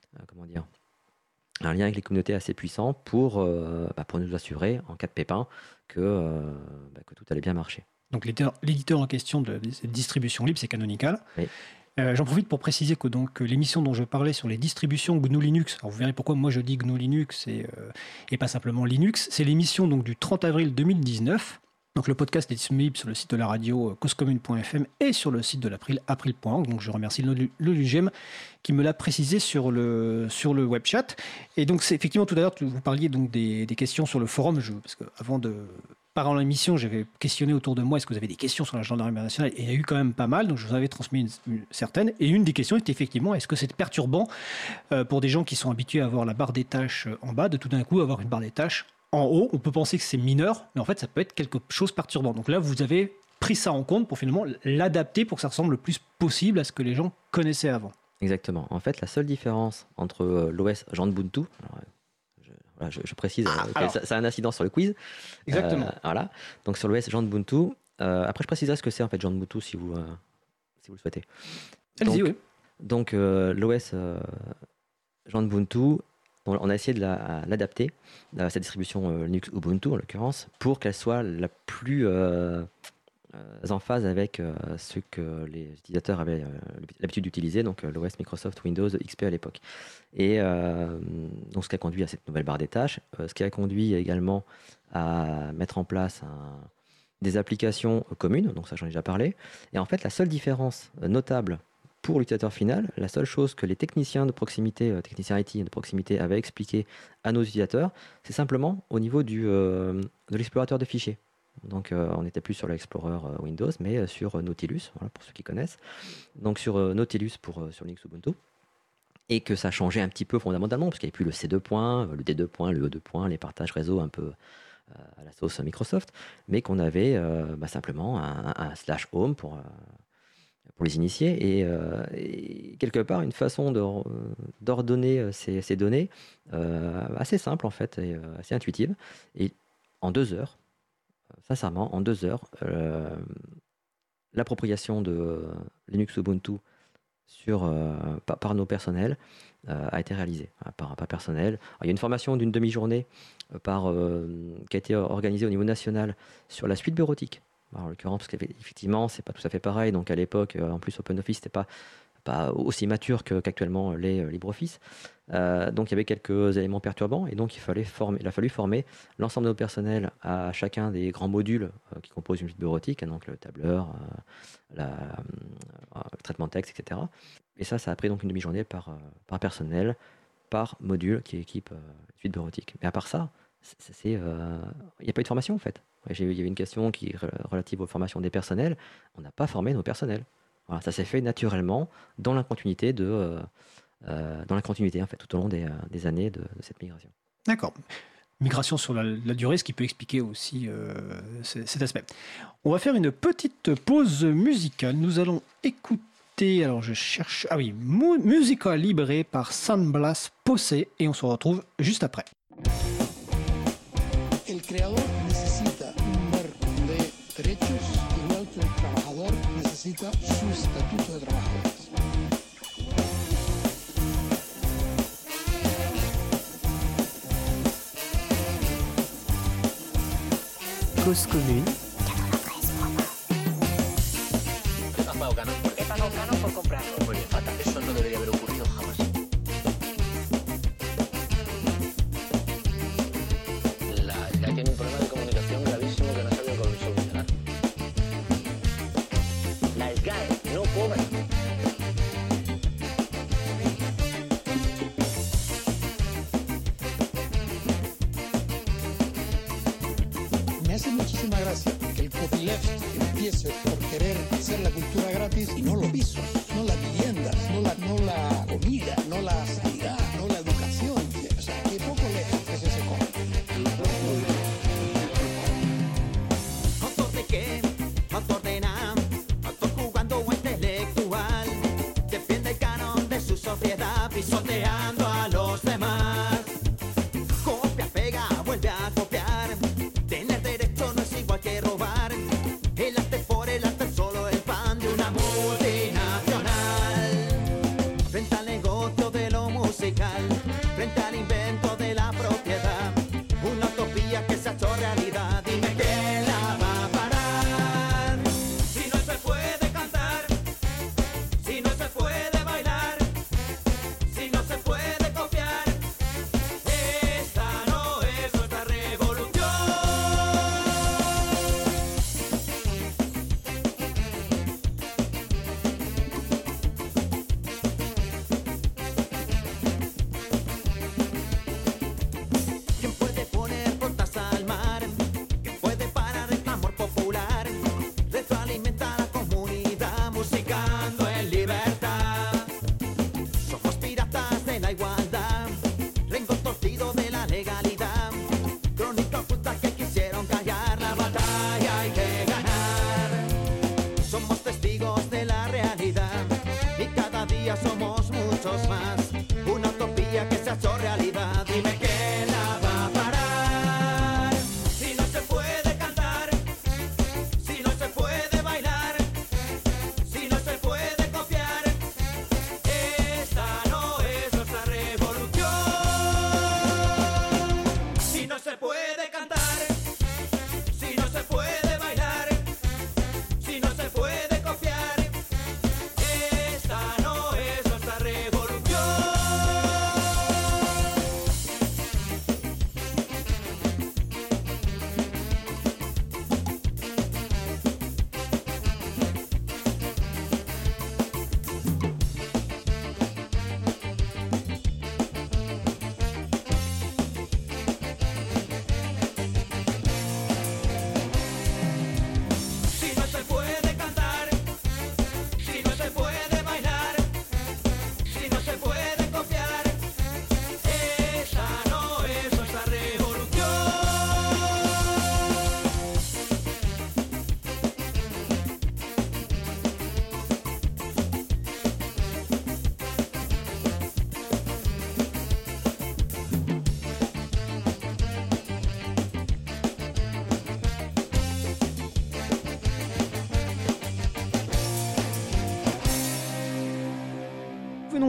lien avec les communautés assez puissant pour nous assurer, en cas de pépin, que tout allait bien marcher. Donc l'éditeur en question de cette distribution libre, c'est Canonical. Oui. J'en profite pour préciser que l'émission dont je parlais sur les distributions GNU Linux, alors vous verrez pourquoi moi je dis GNU Linux et pas simplement Linux, c'est l'émission donc du 30 avril 2019. Donc le podcast est disponible sur le site de la radio causecommune.fm et sur le site de l'April, april.org. Donc je remercie le LUGM qui me l'a précisé sur le web chat. Et donc c'est effectivement tout à l'heure vous parliez donc des questions sur le forum, parce que avant de parler en l'émission, j'avais questionné autour de moi est-ce que vous avez des questions sur la gendarmerie nationale, et il y a eu quand même pas mal, donc je vous avais transmis certaines. Et une des questions était effectivement est-ce que c'est perturbant pour des gens qui sont habitués à avoir la barre des tâches en bas, de tout d'un coup avoir une barre des tâches en haut. On peut penser que c'est mineur, mais en fait ça peut être quelque chose de perturbant. Donc là vous avez pris ça en compte pour finalement l'adapter pour que ça ressemble le plus possible à ce que les gens connaissaient avant. Exactement. En fait, la seule différence entre l'OS Ubuntu, je précise, ça a un incident sur le quiz. Exactement. Voilà. Donc sur l'OS Ubuntu, après je préciserai ce que c'est en fait Ubuntu si vous le souhaitez. Allez-y, oui. Donc l'OS Ubuntu, on a essayé de l'adapter à cette distribution Linux Ubuntu en l'occurrence, pour qu'elle soit la plus en phase avec ce que les utilisateurs avaient l'habitude d'utiliser, donc l'OS Microsoft Windows XP à l'époque. Et donc ce qui a conduit à cette nouvelle barre des tâches, ce qui a conduit également à mettre en place des applications communes, donc ça j'en ai déjà parlé. Et en fait la seule différence notable pour l'utilisateur final, la seule chose que les techniciens de proximité, techniciens IT de proximité avaient expliqué à nos utilisateurs, c'est simplement au niveau de l'explorateur de fichiers. Donc on n'était plus sur l'Explorer Windows, mais sur Nautilus, voilà, pour ceux qui connaissent. Donc sur Nautilus sur Linux Ubuntu. Et que ça changeait un petit peu fondamentalement, parce qu'il n'y avait plus le C2 points, le D2 points, le E2 points, les partages réseau un peu à la sauce Microsoft, mais qu'on avait simplement un /home pour les initiés, et quelque part une façon d'ordonner ces données assez simple en fait, et assez intuitive. Et en 2 heures, sincèrement, en 2 heures, l'appropriation de Linux Ubuntu par nos personnels a été réalisée par personnel. Alors, il y a une formation d'une demi-journée qui a été organisée au niveau national sur la suite bureautique. Alors, en l'occurrence, parce qu'effectivement, c'est pas tout à fait pareil. Donc à l'époque, en plus, OpenOffice n'était pas aussi mature qu'actuellement les LibreOffice. Donc il y avait quelques éléments perturbants, et donc il a fallu former l'ensemble de nos personnels à chacun des grands modules qui composent une suite bureautique, donc le tableur, le traitement de texte, etc. Et ça a pris donc une demi-journée par personnel, par module qui équipe une suite bureautique. Mais à part ça, il n'y a pas eu de formation en fait. Il y avait une question qui est relative aux formations des personnels. On n'a pas formé nos personnels. Voilà, ça s'est fait naturellement dans la continuité en fait, tout au long des années de cette migration. D'accord. Migration sur la durée, ce qui peut expliquer aussi cet aspect. On va faire une petite pause musicale. Nous allons écouter, alors je cherche, Música Libre par San Blas Posse, et on se retrouve juste après. El creador necesita un marco de derechos igual que el trabajador necesita su estatuto de trabajadores. Cause commune. ¿Qué has pagado Canon? He pagado Canon por comprarlo. Muy bien, fatal. Eso no debería haber ocurrido jamás. La SGAE tiene un problema de comunicación gravísimo que no sabe cómo solucionar. La SGAE no cobra. Me hace muchísima gracia que el copyleft empiece por querer hacer la cultura gratis y no los pisos, no las viviendas, no la comida, no la sanidad, no la educación. O sea, que poco lejos es ese cómic. ¿Autor de qué? ¿Autor de nada? ¿Autor jugando o intelectual? Defiende el canon de su sociedad pisoteando a los demás. Copia, pega, vuelve a copiar. Tener derecho no es igual que robar. El arte por el arte es solo el pan de una multinacional. Frente al negocio de lo musical, frente al invento de la propiedad, una utopía que se ha hecho realidad. Dime quién la va a parar. Si no se puede cantar, si no se puede bailar, si no se puede copiar, esta no es nuestra revolución.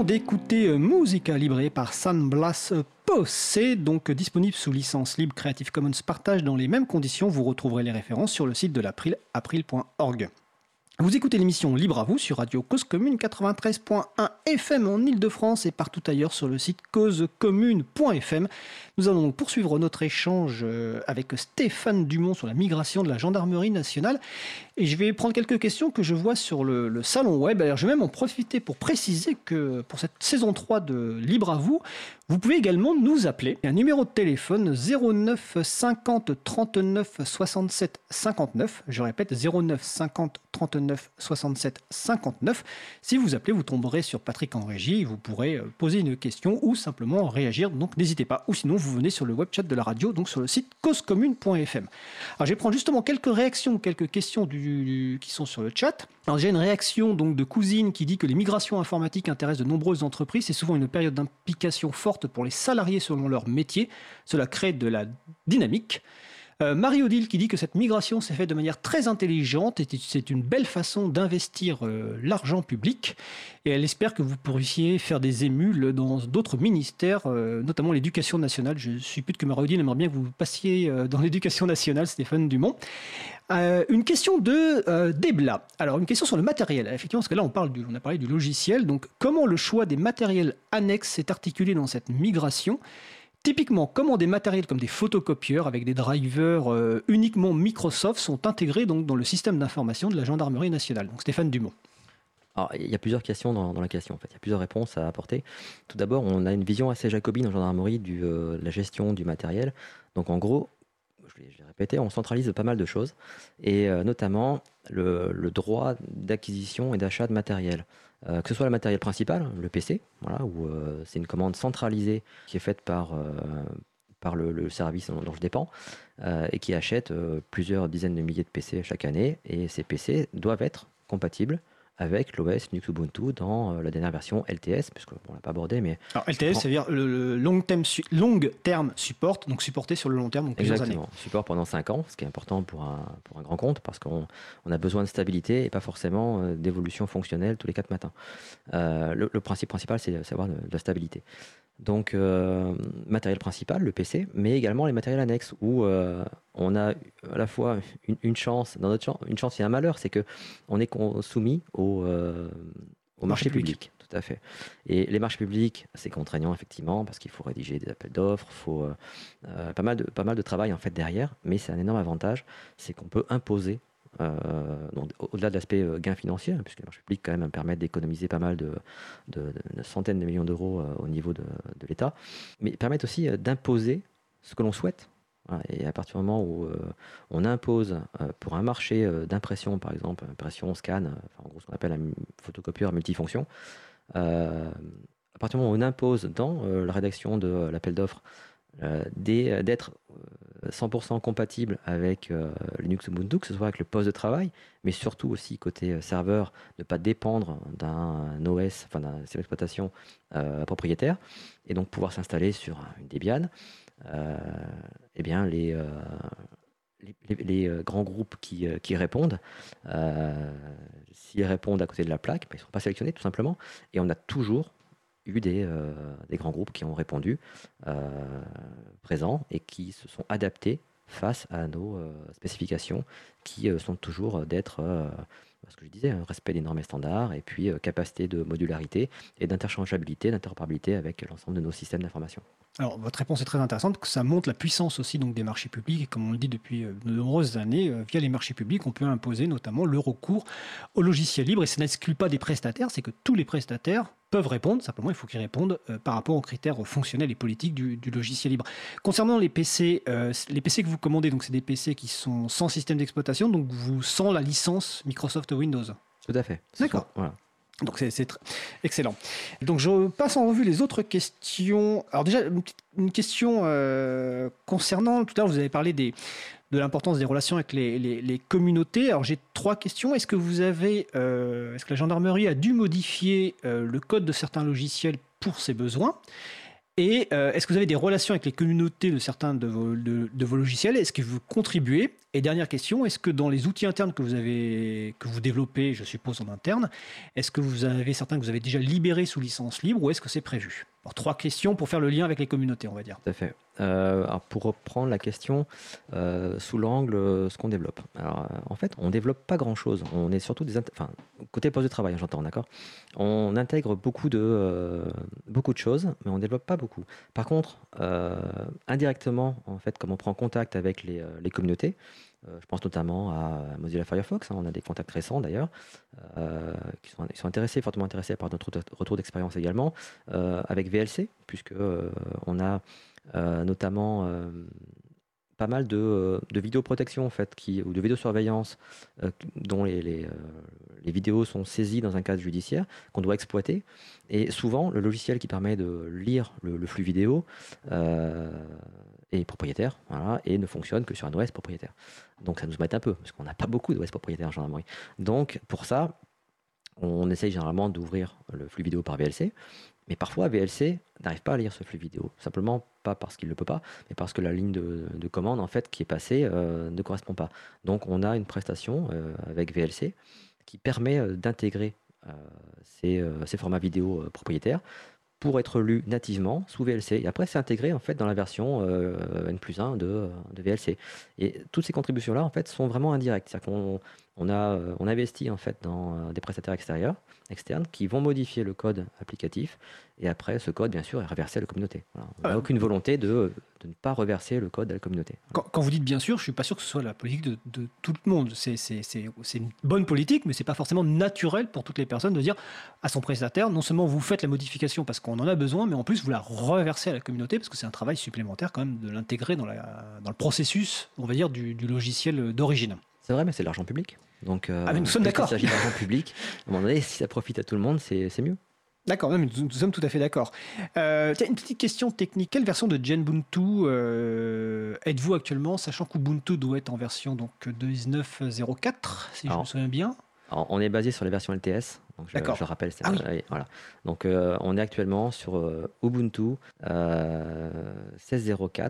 venons d'écouter Musica Libre par San Blas Posse, donc disponible sous licence libre Creative Commons partage dans les mêmes conditions. Vous retrouverez les références sur le site de l'April, april.org. Vous écoutez l'émission Libre à vous sur Radio Cause Commune 93.1 FM en Ile-de-France et partout ailleurs sur le site causecommune.fm. Nous allons donc poursuivre notre échange avec Stéphane Dumont sur la migration de la gendarmerie nationale. Et je vais prendre quelques questions que je vois sur le salon web. Alors, je vais même en profiter pour préciser que pour cette saison 3 de Libre à vous, vous pouvez également nous appeler. Un numéro de téléphone 09 50 39 67 59. Je répète 09 50 39 67 59. Si vous appelez, vous tomberez sur Patrick en régie et vous pourrez poser une question ou simplement réagir. Donc n'hésitez pas. Ou sinon, vous venez sur le web chat de la radio, donc sur le site causecommune.fm. Alors, je vais prendre justement quelques réactions, quelques questions qui sont sur le chat. Alors, j'ai une réaction donc de Cousine qui dit que les migrations informatiques intéressent de nombreuses entreprises. C'est souvent une période d'implication forte pour les salariés selon leur métier. Cela crée de la dynamique. Marie-Odile qui dit que cette migration s'est faite de manière très intelligente et c'est une belle façon d'investir l'argent public. Et elle espère que vous pourriez faire des émules dans d'autres ministères, notamment l'éducation nationale. Je suppute que Marie-Odile aimerait bien que vous passiez dans l'éducation nationale, Stéphane Dumont. Une question de Debla. Alors, une question sur le matériel. Effectivement, parce que là, on a parlé du logiciel. Donc, comment le choix des matériels annexes s'est articulé dans cette migration ? Typiquement, comment des matériels comme des photocopieurs avec des drivers uniquement Microsoft sont intégrés donc, dans le système d'information de la gendarmerie nationale. Donc, Stéphane Dumont. Alors, il y a plusieurs questions dans la question. En fait. Il y a plusieurs réponses à apporter. Tout d'abord, on a une vision assez jacobine en gendarmerie de la gestion du matériel. Donc, en gros, je l'ai répété, on centralise pas mal de choses, et notamment le droit d'acquisition et d'achat de matériel. Que ce soit le matériel principal, le PC, voilà, où c'est une commande centralisée qui est faite par le service dont je dépends, et qui achète plusieurs dizaines de milliers de PC chaque année, et ces PC doivent être compatibles avec l'OS Linux Ubuntu dans la dernière version LTS, puisqu'on ne l'a pas abordé, mais... Alors LTS, ça veut dire le long term support, donc supporté sur le long terme, donc plusieurs années. Exactement, support pendant 5 ans, ce qui est important pour un grand compte, parce qu'on a besoin de stabilité et pas forcément d'évolution fonctionnelle tous les 4 matins. Le principe principal, c'est d'avoir de la stabilité. Donc, matériel principal, le PC, mais également les matériels annexes, où on a à la fois une chance, une chance et un malheur, c'est qu'on est soumis au marché public. Tout à fait. Et les marchés publics, c'est contraignant, effectivement, parce qu'il faut rédiger des appels d'offres, il faut pas mal de travail en fait derrière, mais c'est un énorme avantage, c'est qu'on peut imposer. Donc, au-delà de l'aspect gain financier, puisque les marchés publics quand même permettent d'économiser pas mal de centaines de millions d'euros au niveau de l'État, mais permettent aussi d'imposer ce que l'on souhaite. Voilà. Et à partir du moment où on impose pour un marché d'impression, par exemple, impression, scan, en gros ce qu'on appelle un photocopieur multifonction, à partir du moment où on impose dans la rédaction de l'appel d'offres d'être 100% compatible avec Linux Ubuntu, que ce soit avec le poste de travail, mais surtout aussi côté serveur, ne pas dépendre d'un OS, enfin d'un système d'exploitation propriétaire, et donc pouvoir s'installer sur une Debian. Eh bien, les grands groupes qui répondent, s'ils répondent à côté de la plaque, ils ne seront pas sélectionnés tout simplement, et on a toujours eu des grands groupes qui ont répondu présents et qui se sont adaptés face à nos spécifications qui sont toujours d'être, ce que je disais, respect des normes et standards et puis capacité de modularité et d'interchangeabilité, d'interopérabilité avec l'ensemble de nos systèmes d'information. Alors, votre réponse est très intéressante, que ça montre la puissance aussi donc, des marchés publics. Et comme on le dit depuis de nombreuses années, via les marchés publics, on peut imposer notamment le recours au logiciel libre. Et ça n'exclut pas des prestataires, c'est que tous les prestataires peuvent répondre. Simplement, il faut qu'ils répondent par rapport aux critères fonctionnels et politiques du logiciel libre. Concernant les PC que vous commandez, donc c'est des PC qui sont sans système d'exploitation, donc sans la licence Microsoft Windows. Tout à fait. D'accord. Voilà. Donc c'est excellent. Donc je passe en revue les autres questions. Alors déjà, une question concernant, tout à l'heure vous avez parlé de l'importance des relations avec les communautés. Alors j'ai 3 questions. Est-ce que la gendarmerie a dû modifier le code de certains logiciels pour ses besoins ? Et est-ce que vous avez des relations avec les communautés de certains de vos logiciels? Est-ce que vous contribuez? Et dernière question, est-ce que dans les outils internes que vous développez, je suppose en interne, est-ce que vous avez certains que vous avez déjà libérés sous licence libre ou est-ce que c'est prévu? Alors, 3 questions pour faire le lien avec les communautés, on va dire. Tout à fait. Alors pour reprendre la question sous l'angle ce qu'on développe. Alors, en fait, on ne développe pas grand-chose. On est surtout côté poste de travail, j'entends, d'accord. On intègre beaucoup de choses, mais on ne développe pas beaucoup. Par contre, indirectement, en fait, comme on prend contact avec les communautés, je pense notamment à Mozilla Firefox, on a des contacts récents d'ailleurs, qui sont fortement intéressés par notre retour d'expérience également, avec VLC, puisque on a notamment pas mal de vidéoprotection en fait, ou de vidéosurveillance dont les vidéos sont saisies dans un cadre judiciaire qu'on doit exploiter. Et souvent, le logiciel qui permet de lire le flux vidéo est propriétaire, voilà, et ne fonctionne que sur un OS propriétaire. Donc ça nous embête un peu, parce qu'on n'a pas beaucoup d'OS propriétaires en gendarmerie. Donc pour ça, on essaye généralement d'ouvrir le flux vidéo par VLC, mais parfois VLC n'arrive pas à lire ce flux vidéo, simplement pas parce qu'il ne le peut pas, mais parce que la ligne de commande en fait, qui est passée ne correspond pas. Donc on a une prestation avec VLC qui permet d'intégrer ces formats vidéo propriétaires pour être lu nativement sous VLC. Et après, c'est intégré en fait dans la version N+1 de VLC. Et toutes ces contributions-là, en fait, sont vraiment indirectes. C'est-à-dire qu'on investit en fait dans des prestataires externes qui vont modifier le code applicatif. Et après, ce code, bien sûr, est reversé à la communauté. Voilà. On n'a aucune volonté de ne pas reverser le code à la communauté. Quand vous dites bien sûr, je ne suis pas sûr que ce soit la politique de tout le monde. C'est une bonne politique, mais ce n'est pas forcément naturel pour toutes les personnes de dire à son prestataire, non seulement vous faites la modification parce qu'on en a besoin, mais en plus vous la reversez à la communauté parce que c'est un travail supplémentaire quand même de l'intégrer dans le processus, on va dire, du logiciel d'origine. C'est vrai, mais c'est de l'argent public. Donc, nous sommes d'accord. Il s'agit d'argent public. À un moment donné, si ça profite à tout le monde, c'est mieux. D'accord, nous sommes tout à fait d'accord. Tiens, une petite question technique. Quelle version de Genbuntu êtes-vous actuellement, sachant qu'Ubuntu doit être en version donc 2.9.04, si je me souviens bien? Alors, on est basé sur les versions LTS. Donc je le rappelle. Voilà. Donc on est actuellement sur Ubuntu 16.04.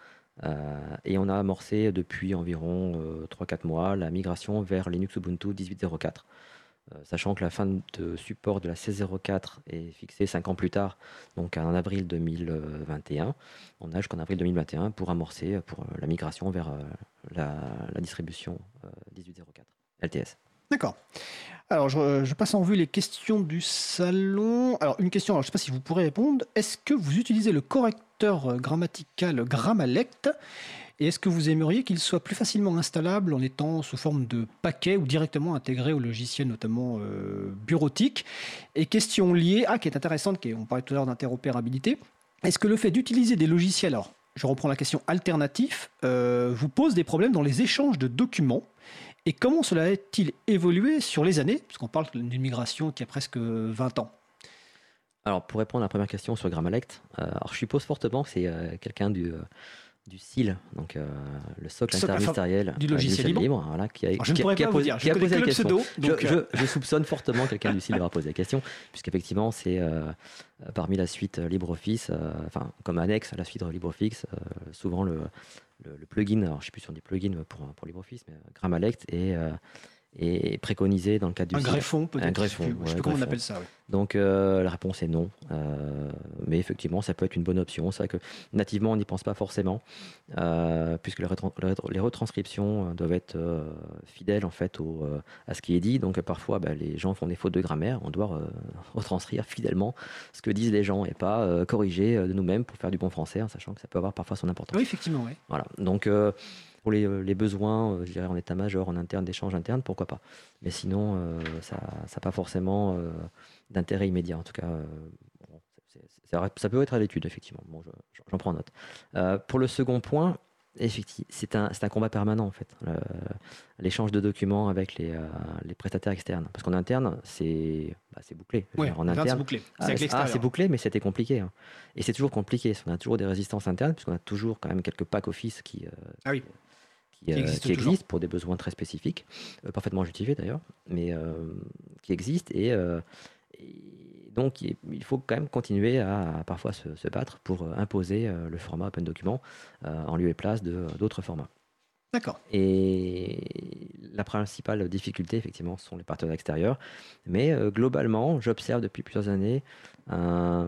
Et on a amorcé depuis environ 3-4 mois la migration vers Linux Ubuntu 18.04. Sachant que la fin de support de la 16.04 est fixée 5 ans plus tard, donc en avril 2021. On a jusqu'en avril 2021 pour amorcer la migration vers la distribution 18.04 LTS. D'accord. Alors, je passe en revue les questions du salon. Alors, une question, je ne sais pas si vous pourrez répondre. Est-ce que vous utilisez le correcteur grammatical Grammalect? Et est-ce que vous aimeriez qu'il soit plus facilement installable en étant sous forme de paquet ou directement intégré au logiciel, notamment bureautique? Et question liée, qui est intéressante, on parlait tout à l'heure d'interopérabilité. Est-ce que le fait d'utiliser des logiciels, alors je reprends la question alternatif, vous pose des problèmes dans les échanges de documents? Et comment cela a-t-il évolué sur les années? Puisqu'on parle d'une migration qui a presque 20 ans. Alors, pour répondre à la première question sur Grammalect, je suppose fortement que c'est quelqu'un du SIL, donc le socle interministériel du logiciel libre, voilà, qui a posé la question. Je soupçonne fortement quelqu'un du SIL d'avoir posé la question, puisqu'effectivement, c'est parmi la suite LibreOffice, comme annexe à la suite LibreOffice, souvent le plugin, alors je ne sais plus si on dit plugin pour LibreOffice, mais Grammalect est préconisé dans le cadre du SIL. Greffon, peut-être. Un greffon, je ne sais plus comment on appelle ça. Ouais. Donc la réponse est non, mais effectivement ça peut être une bonne option. C'est vrai que nativement on n'y pense pas forcément, puisque les retranscriptions doivent être fidèles en fait à ce qui est dit. Donc parfois les gens font des fautes de grammaire, on doit retranscrire fidèlement ce que disent les gens et pas corriger de nous-mêmes pour faire du bon français, en sachant que ça peut avoir parfois son importance. Oui, effectivement. Oui. Voilà. Donc pour les besoins, je dirais en état-major, en interne, d'échange interne, pourquoi pas. Mais sinon, ça n'a pas forcément d'intérêt immédiat. En tout cas, ça peut être à l'étude, effectivement. Bon, j'en prends note. Pour le second point, effectivement, c'est un combat permanent, en fait. L'échange de documents avec les prestataires externes. Parce qu'en interne, c'est bouclé. Oui, en interne, c'est bouclé. C'est bouclé, mais c'était compliqué. Hein. Et c'est toujours compliqué. On a toujours des résistances internes, puisqu'on a toujours quand même quelques packs Office qui existent pour des besoins très spécifiques, parfaitement justifiés d'ailleurs, mais qui existent. Et donc, il faut quand même continuer à parfois se battre pour imposer le format Open Document en lieu et place d'autres formats. D'accord. Et la principale difficulté, effectivement, sont les partenaires extérieurs. Mais globalement, j'observe depuis plusieurs années un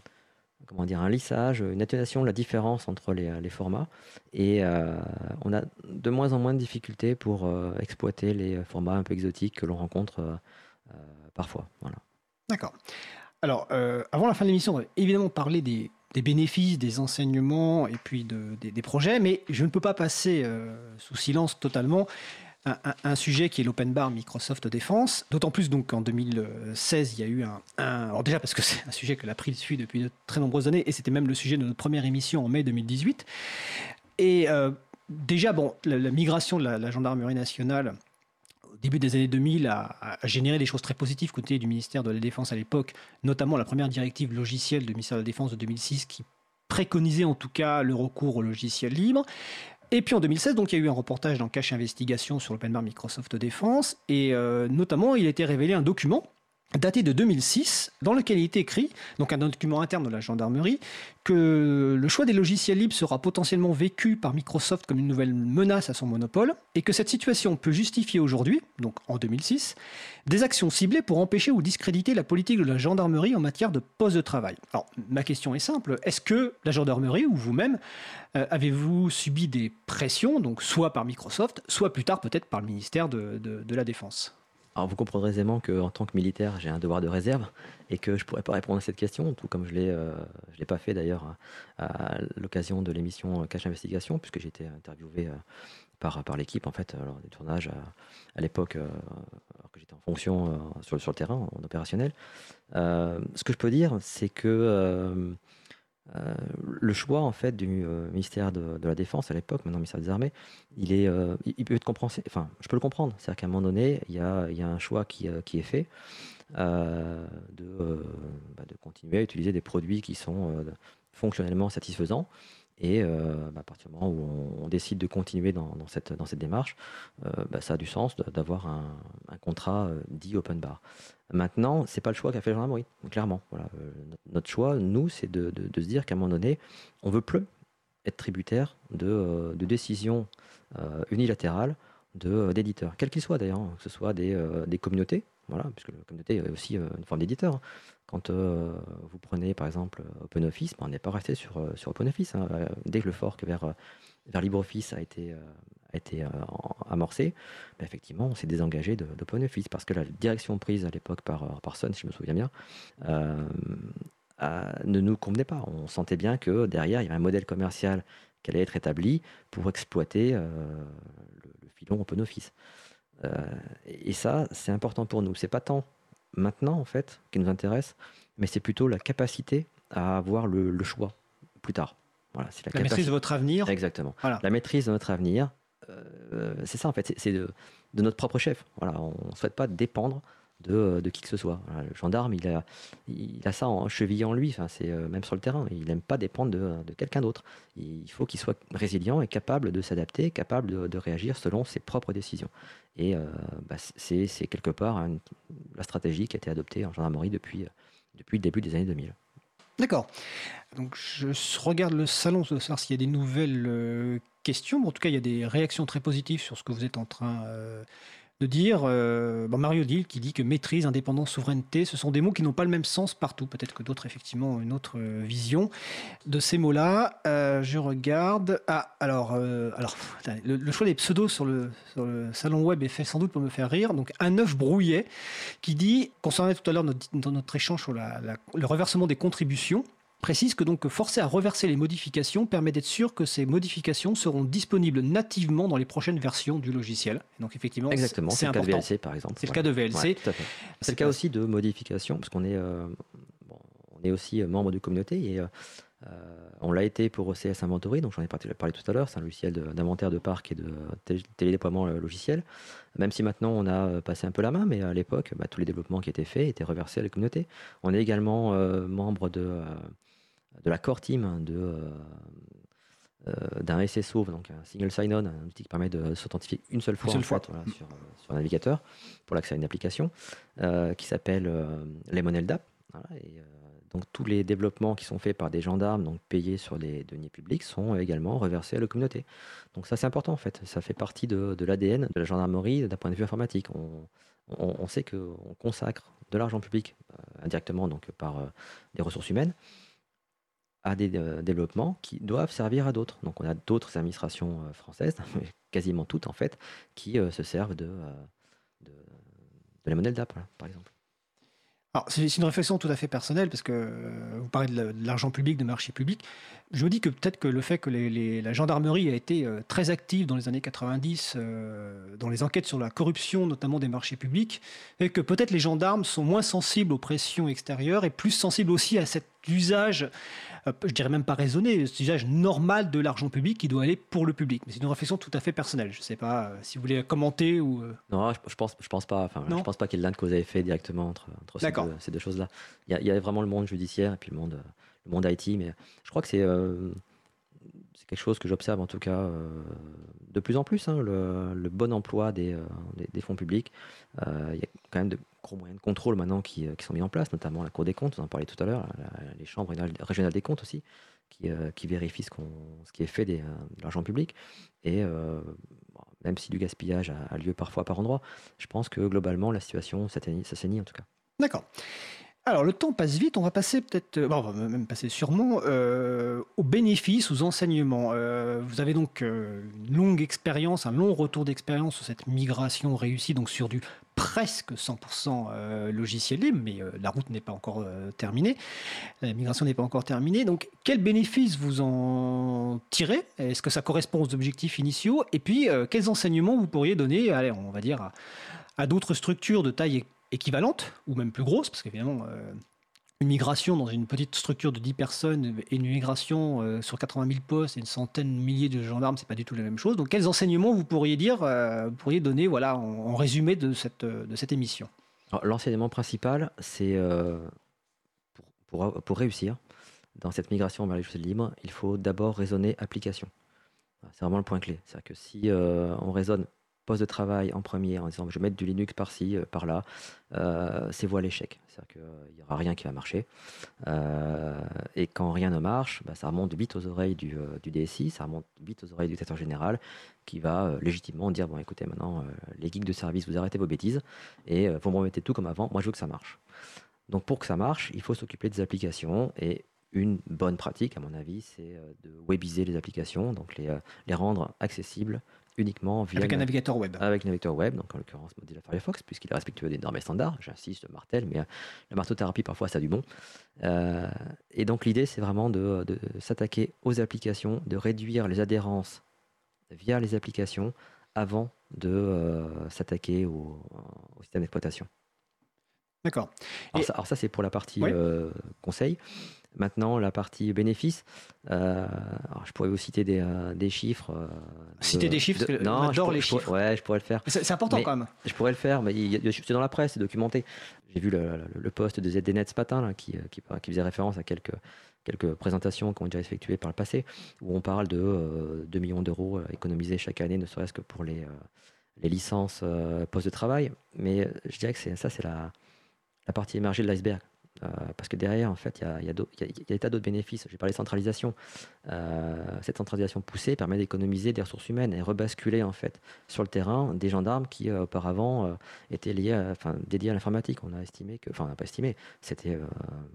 lissage, une atténuation de la différence entre les formats. Et on a de moins en moins de difficultés pour exploiter les formats un peu exotiques que l'on rencontre parfois. Voilà. D'accord. Alors, avant la fin de l'émission, on va évidemment parler des bénéfices, des enseignements et puis des projets, mais je ne peux pas passer sous silence totalement un sujet qui est l'Open Bar Microsoft Défense, d'autant plus donc qu'en 2016, il y a eu alors déjà parce que c'est un sujet que l'April suit depuis de très nombreuses années, et c'était même le sujet de notre première émission en mai 2018. Et déjà, la migration de la gendarmerie nationale au début des années 2000 a généré des choses très positives côté du ministère de la Défense à l'époque, notamment la première directive logicielle du ministère de la Défense de 2006 qui préconisait en tout cas le recours au logiciel libre. Et puis en 2016, donc, il y a eu un reportage dans Cache Investigation sur l'Open Bar Microsoft Défense, et notamment il a été révélé un document daté de 2006, dans lequel il est écrit, donc un document interne de la gendarmerie, que le choix des logiciels libres sera potentiellement vécu par Microsoft comme une nouvelle menace à son monopole, et que cette situation peut justifier aujourd'hui, donc en 2006, des actions ciblées pour empêcher ou discréditer la politique de la gendarmerie en matière de poste de travail. Alors, ma question est simple, est-ce que la gendarmerie, ou vous-même, avez-vous subi des pressions, donc soit par Microsoft, soit plus tard peut-être par le ministère de la Défense ? Alors vous comprendrez aisément qu'en tant que militaire, j'ai un devoir de réserve et que je ne pourrais pas répondre à cette question, tout comme je l'ai pas fait d'ailleurs à l'occasion de l'émission Cache Investigation, puisque j'ai été interviewé par l'équipe en fait lors des tournages à l'époque, alors que j'étais en fonction sur le terrain, en opérationnel. Ce que je peux dire, c'est que le choix en fait du ministère de la Défense à l'époque, maintenant ministère des Armées, il peut être compréhensible. Enfin, je peux le comprendre. C'est-à-dire qu'à un moment donné, il y a un choix qui est fait de continuer à utiliser des produits qui sont fonctionnellement satisfaisants. Et à partir du moment où on décide de continuer dans cette démarche, ça a du sens d'avoir un contrat dit open bar. Maintenant, c'est pas le choix qu'a fait la gendarmerie, clairement. Voilà, notre choix, nous, c'est de se dire qu'à un moment donné, on veut plus être tributaire de décisions unilatérales d'éditeurs, quels qu'ils soient d'ailleurs, que ce soit des communautés, voilà, puisque la communauté est aussi une forme d'éditeur. Quand vous prenez par exemple OpenOffice, on n'est pas resté sur OpenOffice. Hein. Dès que le fork vers LibreOffice a été amorcé, effectivement, on s'est désengagé d'OpenOffice parce que la direction prise à l'époque par Sun, si je me souviens bien, ne nous convenait pas. On sentait bien que derrière, il y avait un modèle commercial qui allait être établi pour exploiter le filon OpenOffice. Et ça, c'est important pour nous. C'est pas tant maintenant, en fait, qui nous intéresse, mais c'est plutôt la capacité à avoir le choix plus tard. Voilà, c'est la maîtrise de votre avenir. Exactement. Voilà. La maîtrise de notre avenir, c'est ça, en fait, c'est de notre propre chef. Voilà, on ne souhaite pas dépendre de qui que ce soit. Voilà, le gendarme, il a ça chevillé en lui, enfin, c'est même sur le terrain. Il n'aime pas dépendre de quelqu'un d'autre. Il faut qu'il soit résilient et capable de s'adapter, capable de réagir selon ses propres décisions. Et c'est quelque part la stratégie qui a été adoptée en gendarmerie depuis le début des années 2000. D'accord. Donc je regarde le salon pour savoir s'il y a des nouvelles questions. En tout cas, il y a des réactions très positives sur ce que vous êtes en train de dire. Mario Dill qui dit que maîtrise, indépendance, souveraineté, ce sont des mots qui n'ont pas le même sens partout. Peut-être que d'autres, effectivement, ont une autre vision de ces mots-là. Je regarde. Le choix des pseudos sur le salon web est fait sans doute pour me faire rire. Donc, un œuf brouillet qui dit, concernant tout à l'heure dans notre échange sur le reversement des contributions, précise que donc forcer à reverser les modifications permet d'être sûr que ces modifications seront disponibles nativement dans les prochaines versions du logiciel. Et donc effectivement, exactement, c'est important. Le cas de VLC par exemple. C'est le cas de VLC. Ouais, tout à fait. C'est le cas aussi de modifications, parce qu'on est, on est aussi membre de communauté et on l'a été pour OCS Inventory, donc j'en ai parlé tout à l'heure, c'est un logiciel d'inventaire de parc et de télédéploiement logiciel. Même si maintenant on a passé un peu la main, mais à l'époque, tous les développements qui étaient faits étaient reversés à la communauté. On est également membre de la core team d'un SSO, donc un single sign-on, un outil qui permet de s'authentifier une seule fois, voilà, sur un navigateur pour l'accès à une application, qui s'appelle Lemon-LDAP. Voilà, et donc tous les développements qui sont faits par des gendarmes, donc payés sur les deniers publics, sont également reversés à la communauté. Donc ça c'est important en fait, ça fait partie de l'ADN de la gendarmerie d'un point de vue informatique. On sait qu'on consacre de l'argent public indirectement donc par des ressources humaines à des développements qui doivent servir à d'autres. Donc on a d'autres administrations françaises, quasiment toutes en fait, qui se servent de la monnaie DAP, voilà, par exemple. Alors, c'est une réflexion tout à fait personnelle, parce que vous parlez de l'argent public, de marché public. Je me dis que peut-être que le fait que la gendarmerie a été très active dans les années 90 dans les enquêtes sur la corruption, notamment des marchés publics, et que peut-être les gendarmes sont moins sensibles aux pressions extérieures et plus sensibles aussi à cet usage, je dirais même pas raisonné, cet usage normal de l'argent public qui doit aller pour le public. Mais c'est une réflexion tout à fait personnelle. Je ne sais pas si vous voulez commenter ou... Non, je pense pas. Enfin, je pense pas qu'il y ait de lien de cause à effet directement entre ces deux choses-là. Il y a vraiment le monde judiciaire et puis le monde IT, mais je crois que c'est quelque chose que j'observe en tout cas de plus en plus, hein, le bon emploi des fonds publics. Il y a quand même de gros moyens de contrôle maintenant qui sont mis en place, notamment la Cour des comptes, vous en parliez tout à l'heure, les chambres régionales des comptes aussi, qui vérifient ce qui est fait de l'argent public. Et même si du gaspillage a lieu parfois par endroit, je pense que globalement la situation s'assainit en tout cas. D'accord. Alors, le temps passe vite, on va passer peut-être, on va même passer sûrement aux bénéfices, aux enseignements. Vous avez donc une longue expérience, un long retour d'expérience sur cette migration réussie, donc sur du presque 100% logiciel libre, mais la route n'est pas encore terminée, la migration n'est pas encore terminée. Donc, quels bénéfices vous en tirez? Est-ce que ça correspond aux objectifs initiaux? Et puis, quels enseignements vous pourriez donner, allez, on va dire, à d'autres structures de taille équivalente, ou même plus grosse, parce qu'évidemment, une migration dans une petite structure de 10 personnes et une migration sur 80 000 postes et une centaine de milliers de gendarmes, c'est pas du tout la même chose. Donc, quels enseignements vous pourriez donner, voilà, en résumé de cette émission? L'enseignement principal, c'est pour réussir dans cette migration vers les logiciels libres, il faut d'abord raisonner application. C'est vraiment le point clé. C'est-à-dire que si on raisonne poste de travail en premier en disant je vais mettre du Linux par-ci, par-là, c'est voie à l'échec. C'est-à-dire qu'il n'y aura rien qui va marcher. Et quand rien ne marche, ça remonte vite aux oreilles du DSI, ça remonte vite aux oreilles du directeur général qui va légitimement dire bon écoutez maintenant les geeks de service vous arrêtez vos bêtises et vous me remettez tout comme avant, moi je veux que ça marche. Donc pour que ça marche, il faut s'occuper des applications et une bonne pratique à mon avis c'est de webiser les applications, donc les rendre accessibles uniquement via avec un navigateur web. Avec un navigateur web, donc en l'occurrence Mozilla Firefox, puisqu'il est respectueux des normes et standards. J'insiste, je martèle, mais la martothérapie parfois ça a du bon. Et donc l'idée c'est vraiment de s'attaquer aux applications, de réduire les adhérences via les applications avant de s'attaquer au système d'exploitation. D'accord. Alors ça c'est pour la partie conseil. Maintenant, la partie bénéfice, je pourrais vous citer des chiffres. Citer des chiffres, parce que non, j'adore les chiffres. Ouais, je pourrais le faire. C'est important quand même. Je pourrais le faire, mais c'est dans la presse, c'est documenté. J'ai vu le post de ZDNet ce matin là, qui faisait référence à quelques présentations qui ont déjà effectuées par le passé, où on parle de 2 millions d'euros économisés chaque année, ne serait-ce que pour les licences postes de travail. Mais je dirais que c'est la partie émergée de l'iceberg. Parce que derrière, en fait, il y a des tas d'autres bénéfices. J'ai parlé de centralisation. Cette centralisation poussée permet d'économiser des ressources humaines et rebasculer en fait sur le terrain des gendarmes qui auparavant étaient dédiés à l'informatique. On a estimé que, on n'a pas estimé, il y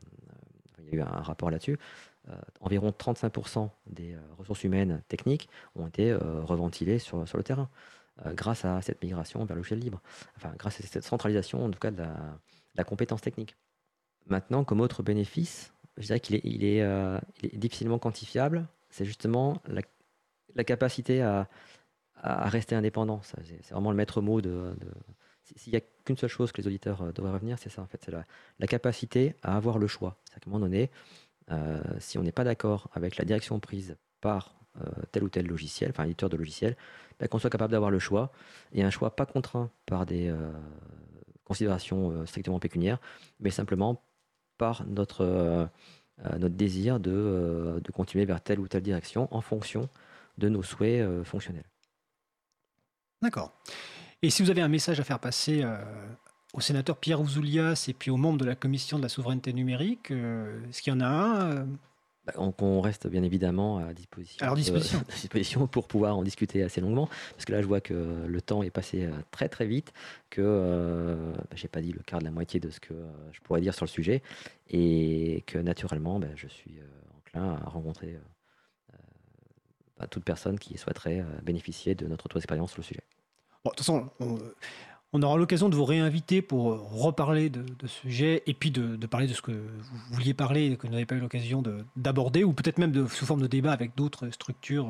a eu un rapport là-dessus. Environ 35% des ressources humaines techniques ont été reventilées sur le terrain grâce à cette migration vers le logiciel libre. Enfin, grâce à cette centralisation, en tout cas, de la compétence technique. Maintenant, comme autre bénéfice, je dirais qu'il est difficilement quantifiable. C'est justement la capacité à rester indépendant. C'est vraiment le maître mot s'il n'y a qu'une seule chose que les auditeurs devraient revenir, c'est ça en fait. C'est la capacité à avoir le choix. C'est-à-dire qu'à un moment donné, si on n'est pas d'accord avec la direction prise par tel ou tel logiciel, enfin éditeur de logiciel, qu'on soit capable d'avoir le choix, et un choix pas contraint par des considérations strictement pécuniaires, mais simplement par notre notre désir de continuer vers telle ou telle direction en fonction de nos souhaits fonctionnels. D'accord. Et si vous avez un message à faire passer au sénateur Pierre Ouzoulias et puis aux membres de la commission de la souveraineté numérique, est-ce qu'il y en a un On reste bien évidemment à disposition pour pouvoir en discuter assez longuement, parce que là je vois que le temps est passé très très vite, que j'ai pas dit le quart de la moitié de ce que je pourrais dire sur le sujet, et que naturellement je suis enclin à rencontrer toute personne qui souhaiterait bénéficier de notre expérience sur le sujet. Bon, de toute façon, on aura l'occasion de vous réinviter pour reparler de ce sujet et puis de parler de ce que vous vouliez parler et que vous n'avez pas eu l'occasion d'aborder, ou peut-être même sous forme de débat avec d'autres structures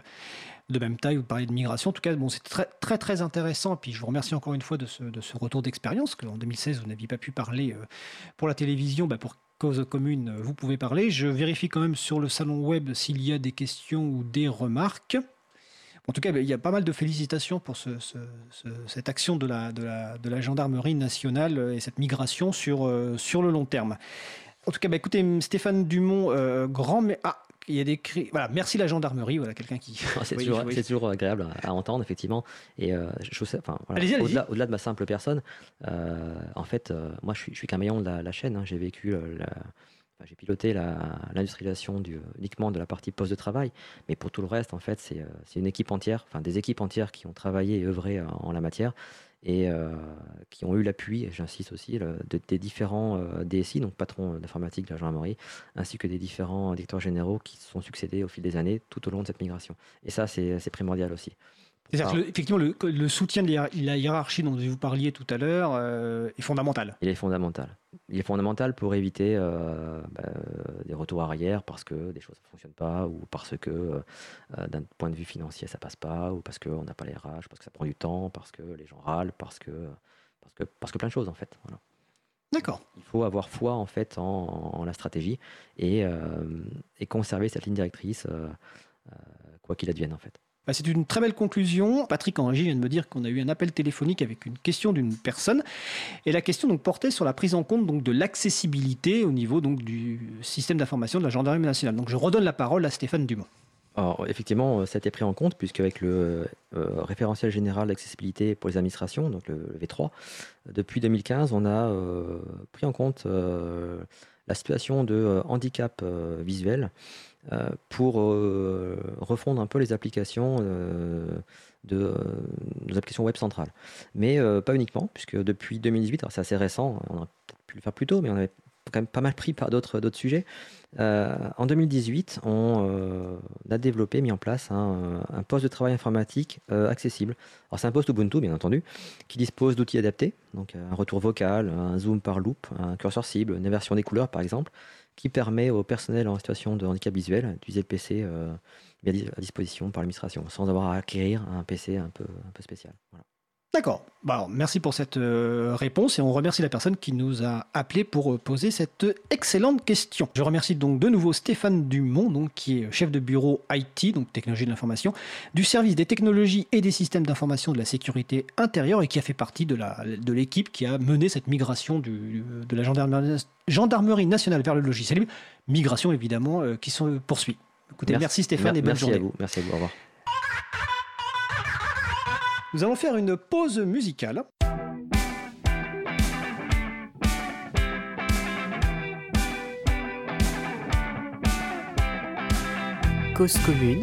de même taille, ou de parler de migration. En tout cas, c'est très, très, très intéressant. Et puis, je vous remercie encore une fois de ce retour d'expérience, qu'en 2016, vous n'aviez pas pu parler pour la télévision, pour Cause commune, vous pouvez parler. Je vérifie quand même sur le salon web s'il y a des questions ou des remarques. En tout cas, il y a pas mal de félicitations pour cette action de la gendarmerie nationale et cette migration sur le long terme. En tout cas, écoutez, Stéphane Dumont, il y a des cris. Voilà, merci la gendarmerie. Voilà, quelqu'un qui. C'est toujours agréable à entendre, effectivement. Et allez-y. Au-delà de ma simple personne, en fait, moi, je suis qu'un maillon de la chaîne. J'ai vécu j'ai piloté l'industrialisation uniquement de la partie poste de travail, mais pour tout le reste, en fait, c'est une équipe entière, des équipes entières qui ont travaillé et œuvré en la matière et qui ont eu l'appui, et j'insiste aussi, des différents DSI, donc patrons d'informatique de la gendarmerie, ainsi que des différents directeurs généraux qui se sont succédés au fil des années tout au long de cette migration. Et ça, c'est primordial aussi. C'est-à-dire effectivement, le soutien de la hiérarchie dont vous parliez tout à l'heure est fondamental. Il est fondamental. Il est fondamental pour éviter des retours arrière parce que des choses ne fonctionnent pas, ou parce que d'un point de vue financier ça passe pas, ou parce qu'on n'a pas les RH, parce que ça prend du temps, parce que les gens râlent, parce que plein de choses en fait. Voilà. D'accord. Il faut avoir foi en fait en la stratégie et conserver cette ligne directrice quoi qu'il advienne en fait. C'est une très belle conclusion. Patrick en régie vient de me dire qu'on a eu un appel téléphonique avec une question d'une personne. Et la question portait sur la prise en compte de l'accessibilité au niveau du système d'information de la gendarmerie nationale. Donc je redonne la parole à Stéphane Dumont. Alors, effectivement, ça a été pris en compte, puisque avec le référentiel général d'accessibilité pour les administrations, donc le V3, depuis 2015, on a pris en compte la situation de handicap visuel pour refondre un peu les applications nos applications web centrales. Mais pas uniquement, puisque depuis 2018, alors c'est assez récent, on aurait peut-être pu le faire plus tôt, mais on avait quand même pas mal pris par d'autres sujets. En 2018, on a mis en place un poste de travail informatique accessible. Alors c'est un poste Ubuntu, bien entendu, qui dispose d'outils adaptés, donc un retour vocal, un zoom par loupe, un curseur cible, une inversion des couleurs par exemple, qui permet au personnel en situation de handicap visuel d'utiliser le PC mis à disposition par l'administration, sans avoir à acquérir un PC un peu spécial. Voilà. D'accord. Alors, merci pour cette réponse et on remercie la personne qui nous a appelé pour poser cette excellente question. Je remercie donc de nouveau Stéphane Dumont, qui est chef de bureau IT, donc technologie de l'information, du service des technologies et des systèmes d'information de la sécurité intérieure et qui a fait partie de l'équipe qui a mené cette migration de la gendarmerie nationale vers le logiciel libre. Migration évidemment qui se poursuit. Écoutez, merci Stéphane et bonne journée. Merci à vous, au revoir. Nous allons faire une pause musicale. Cause commune.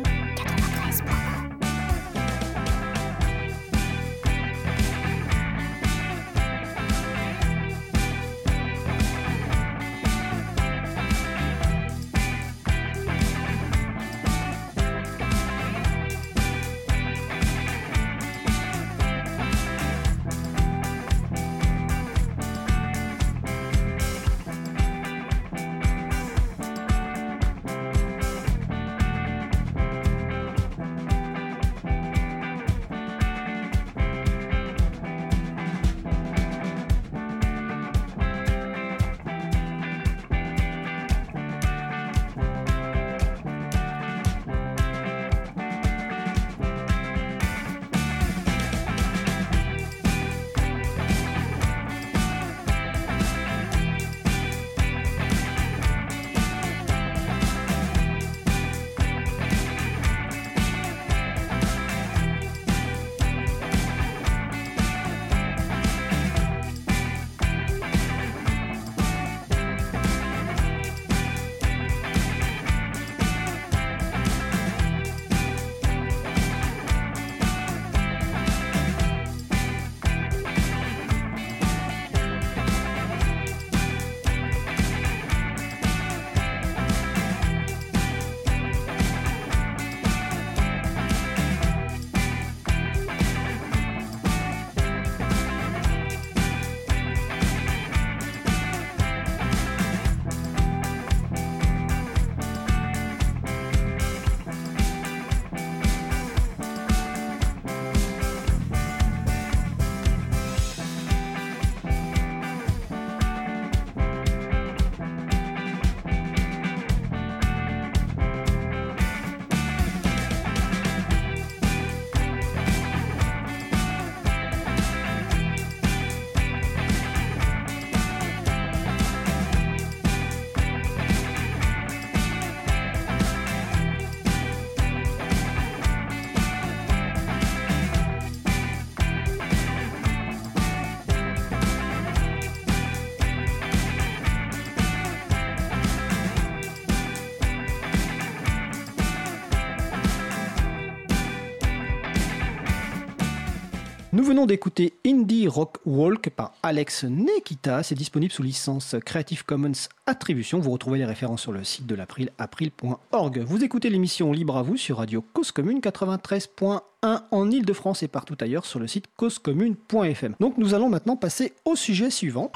Nous venons d'écouter Indie Rock Walk par Alex Nekita. C'est disponible sous licence Creative Commons Attribution. Vous retrouvez les références sur le site de l'April, april.org. Vous écoutez l'émission Libre à vous sur Radio Cause Commune 93.1 en Ile-de-France et partout ailleurs sur le site causecommune.fm. Donc nous allons maintenant passer au sujet suivant.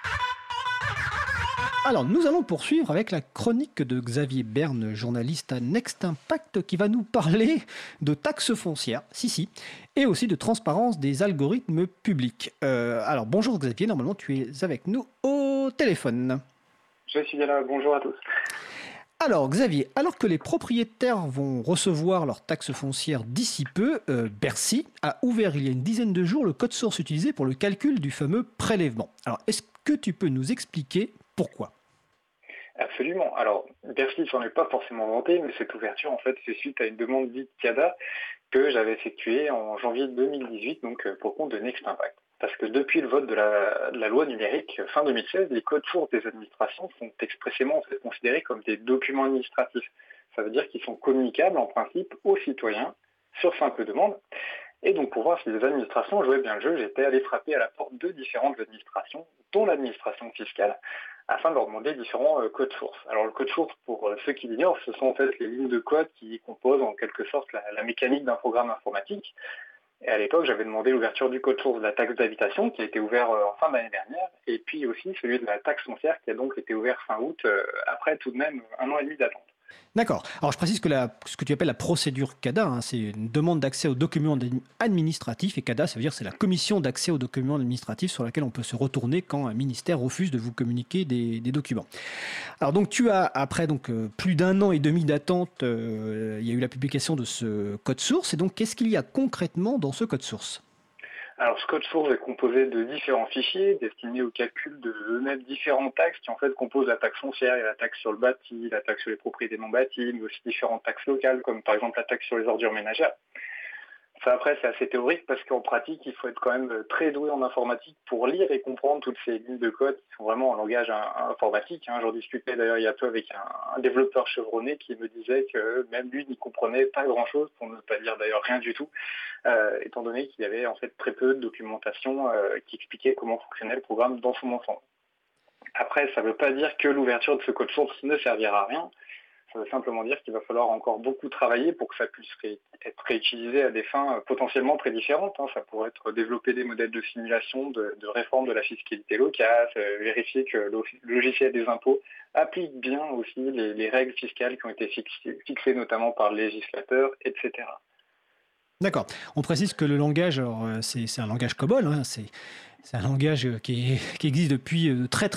Alors, nous allons poursuivre avec la chronique de Xavier Berne, journaliste à Next Impact, qui va nous parler de taxes foncières, et aussi de transparence des algorithmes publics. Alors, bonjour Xavier, normalement tu es avec nous au téléphone. Je suis bien là, bonjour à tous. Alors Xavier, alors que les propriétaires vont recevoir leurs taxes foncières d'ici peu, Bercy a ouvert il y a une dizaine de jours le code source utilisé pour le calcul du fameux prélèvement. Alors, est-ce que tu peux nous expliquer pourquoi ? Absolument. Alors, Bercy s'en est pas forcément vanté, mais cette ouverture, en fait, c'est suite à une demande dite CADA que j'avais effectuée en janvier 2018, donc pour compte de Next Impact. Parce que depuis le vote de la loi numérique fin 2016, les codes sources des administrations sont expressément en fait, considérés comme des documents administratifs. Ça veut dire qu'ils sont communicables en principe aux citoyens sur simple demande. Et donc pour voir si les administrations jouaient bien le jeu, j'étais allé frapper à la porte de différentes administrations, dont l'administration fiscale, afin de leur demander différents codes sources. Alors le code source, pour ceux qui l'ignorent, ce sont en fait les lignes de code qui composent en quelque sorte la mécanique d'un programme informatique. Et à l'époque, j'avais demandé l'ouverture du code source de la taxe d'habitation qui a été ouvert en fin d'année dernière, et puis aussi celui de la taxe foncière qui a donc été ouvert fin août, après tout de même 1 an et demi d'attente. D'accord. Alors je précise que ce que tu appelles la procédure CADA, c'est une demande d'accès aux documents administratifs, et CADA, ça veut dire que c'est la commission d'accès aux documents administratifs sur laquelle on peut se retourner quand un ministère refuse de vous communiquer des documents. Alors donc tu as, après plus d'1 an et demi d'attente, il y a eu la publication de ce code source, et donc qu'est-ce qu'il y a concrètement dans ce code source ? Alors ce code source est composé de différents fichiers destinés au calcul de différentes taxes qui en fait composent la taxe foncière. Il y a la taxe sur le bâti, la taxe sur les propriétés non bâties, mais aussi différentes taxes locales comme par exemple la taxe sur les ordures ménagères. Ça après c'est assez théorique parce qu'en pratique il faut être quand même très doué en informatique pour lire et comprendre toutes ces lignes de code qui sont vraiment en langage informatique. J'en discutais d'ailleurs il y a peu avec un développeur chevronné qui me disait que même lui n'y comprenait pas grand chose, pour ne pas dire d'ailleurs rien du tout, étant donné qu'il y avait en fait très peu de documentation qui expliquait comment fonctionnait le programme dans son ensemble. Après ça ne veut pas dire que l'ouverture de ce code source ne servira à rien. Ça veut simplement dire qu'il va falloir encore beaucoup travailler pour que ça puisse être réutilisé à des fins potentiellement très différentes. Ça pourrait être développer des modèles de simulation, de réforme de la fiscalité locale, vérifier que le logiciel des impôts applique bien aussi les règles fiscales qui ont été fixées notamment par le législateur, etc. D'accord. On précise que le langage, c'est un langage COBOL, c'est un langage qui existe depuis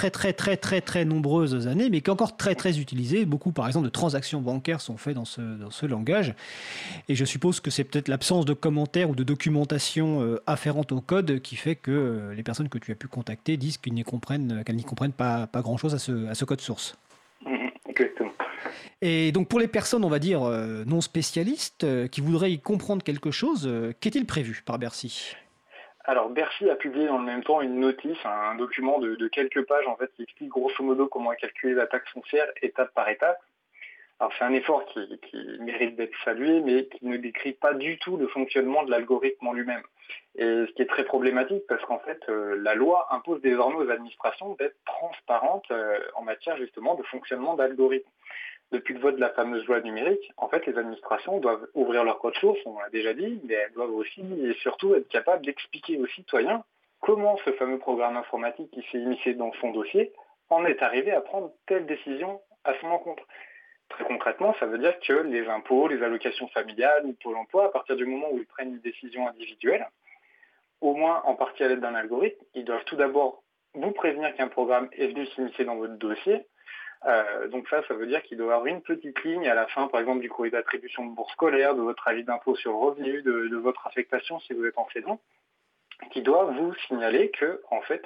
très nombreuses années, mais qui est encore très utilisé. Beaucoup, par exemple, de transactions bancaires sont faites dans ce langage. Et je suppose que c'est peut-être l'absence de commentaires ou de documentation afférente au code qui fait que les personnes que tu as pu contacter disent qu'elles n'y comprennent pas grand-chose à ce code source. Exactement. Et donc pour les personnes, on va dire, non spécialistes, qui voudraient y comprendre quelque chose, qu'est-il prévu par Bercy ? Alors Bercy a publié dans le même temps une notice, un document de quelques pages en fait qui explique grosso modo comment calculer la taxe foncière étape par étape. Alors c'est un effort qui mérite d'être salué, mais qui ne décrit pas du tout le fonctionnement de l'algorithme en lui-même. Et ce qui est très problématique parce qu'en fait la loi impose désormais aux administrations d'être transparentes en matière justement de fonctionnement d'algorithme. Depuis le vote de la fameuse loi numérique, en fait, les administrations doivent ouvrir leur code source, on l'a déjà dit, mais elles doivent aussi et surtout être capables d'expliquer aux citoyens comment ce fameux programme informatique qui s'est immiscé dans son dossier en est arrivé à prendre telle décision à son encontre. Très concrètement, ça veut dire que les impôts, les allocations familiales ou Pôle emploi, à partir du moment où ils prennent une décision individuelle, au moins en partie à l'aide d'un algorithme, ils doivent tout d'abord vous prévenir qu'un programme est venu s'immiscer dans votre dossier. Donc ça veut dire qu'il doit y avoir une petite ligne à la fin, par exemple, du courrier d'attribution de bourse scolaire, de votre avis d'impôt sur le revenu, de votre affectation si vous êtes enseignant, qui doit vous signaler que, en fait,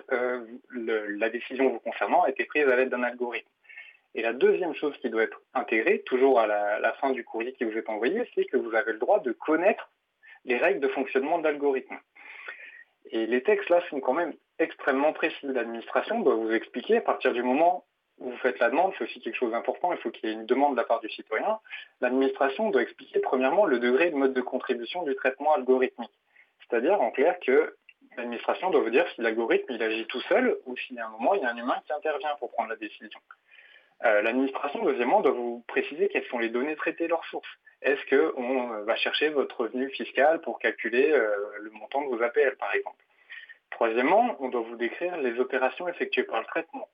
la décision vous concernant a été prise à l'aide d'un algorithme. Et la deuxième chose qui doit être intégrée, toujours à la fin du courrier qui vous est envoyé, c'est que vous avez le droit de connaître les règles de fonctionnement de l'algorithme. Et les textes là sont quand même extrêmement précis. L'administration doit vous expliquer à partir du moment où vous faites la demande, c'est aussi quelque chose d'important, il faut qu'il y ait une demande de la part du citoyen. L'administration doit expliquer premièrement le degré et le mode de contribution du traitement algorithmique. C'est-à-dire, en clair, que l'administration doit vous dire si l'algorithme il agit tout seul ou s'il y a un moment, il y a un humain qui intervient pour prendre la décision. L'administration, deuxièmement, doit vous préciser quelles sont les données traitées, leurs sources. Est-ce qu'on va chercher votre revenu fiscal pour calculer le montant de vos APL, par exemple? Troisièmement, on doit vous décrire les opérations effectuées par le traitement.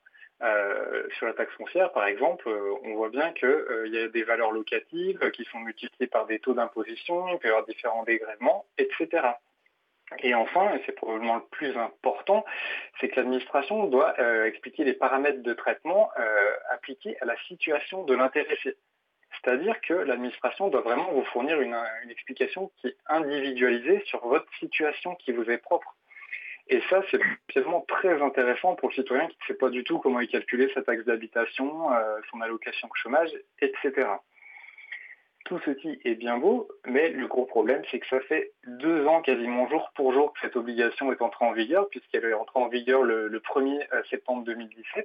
Sur la taxe foncière, par exemple, on voit bien qu'il y a des valeurs locatives qui sont multipliées par des taux d'imposition, il peut y avoir différents dégrèvements, etc. Et enfin, et c'est probablement le plus important, c'est que l'administration doit expliquer les paramètres de traitement appliqués à la situation de l'intéressé. C'est-à-dire que l'administration doit vraiment vous fournir une explication qui est individualisée sur votre situation qui vous est propre. Et ça, c'est finalement très intéressant pour le citoyen qui ne sait pas du tout comment il calculer sa taxe d'habitation, son allocation chômage, etc. Tout ceci est bien beau, mais le gros problème, c'est que ça fait 2 ans quasiment jour pour jour que cette obligation est entrée en vigueur, puisqu'elle est entrée en vigueur le 1er septembre 2017.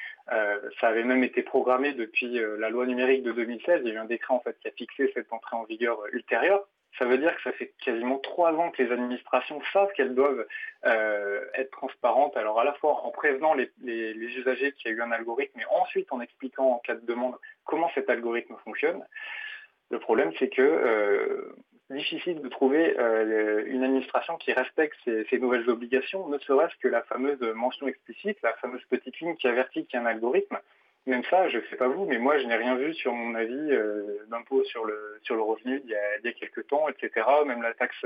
Ça avait même été programmé depuis la loi numérique de 2016. Il y a eu un décret en fait qui a fixé cette entrée en vigueur ultérieure. Ça veut dire que ça fait quasiment 3 ans que les administrations savent qu'elles doivent être transparentes, alors à la fois en prévenant les usagers qu'il y a eu un algorithme, mais ensuite en expliquant en cas de demande comment cet algorithme fonctionne. Le problème, c'est que difficile de trouver une administration qui respecte ces nouvelles obligations, ne serait-ce que la fameuse mention explicite, la fameuse petite ligne qui avertit qu'il y a un algorithme. Même ça, je ne sais pas vous, mais moi, je n'ai rien vu sur mon avis d'impôt sur le revenu il y a quelques temps, etc. Même la taxe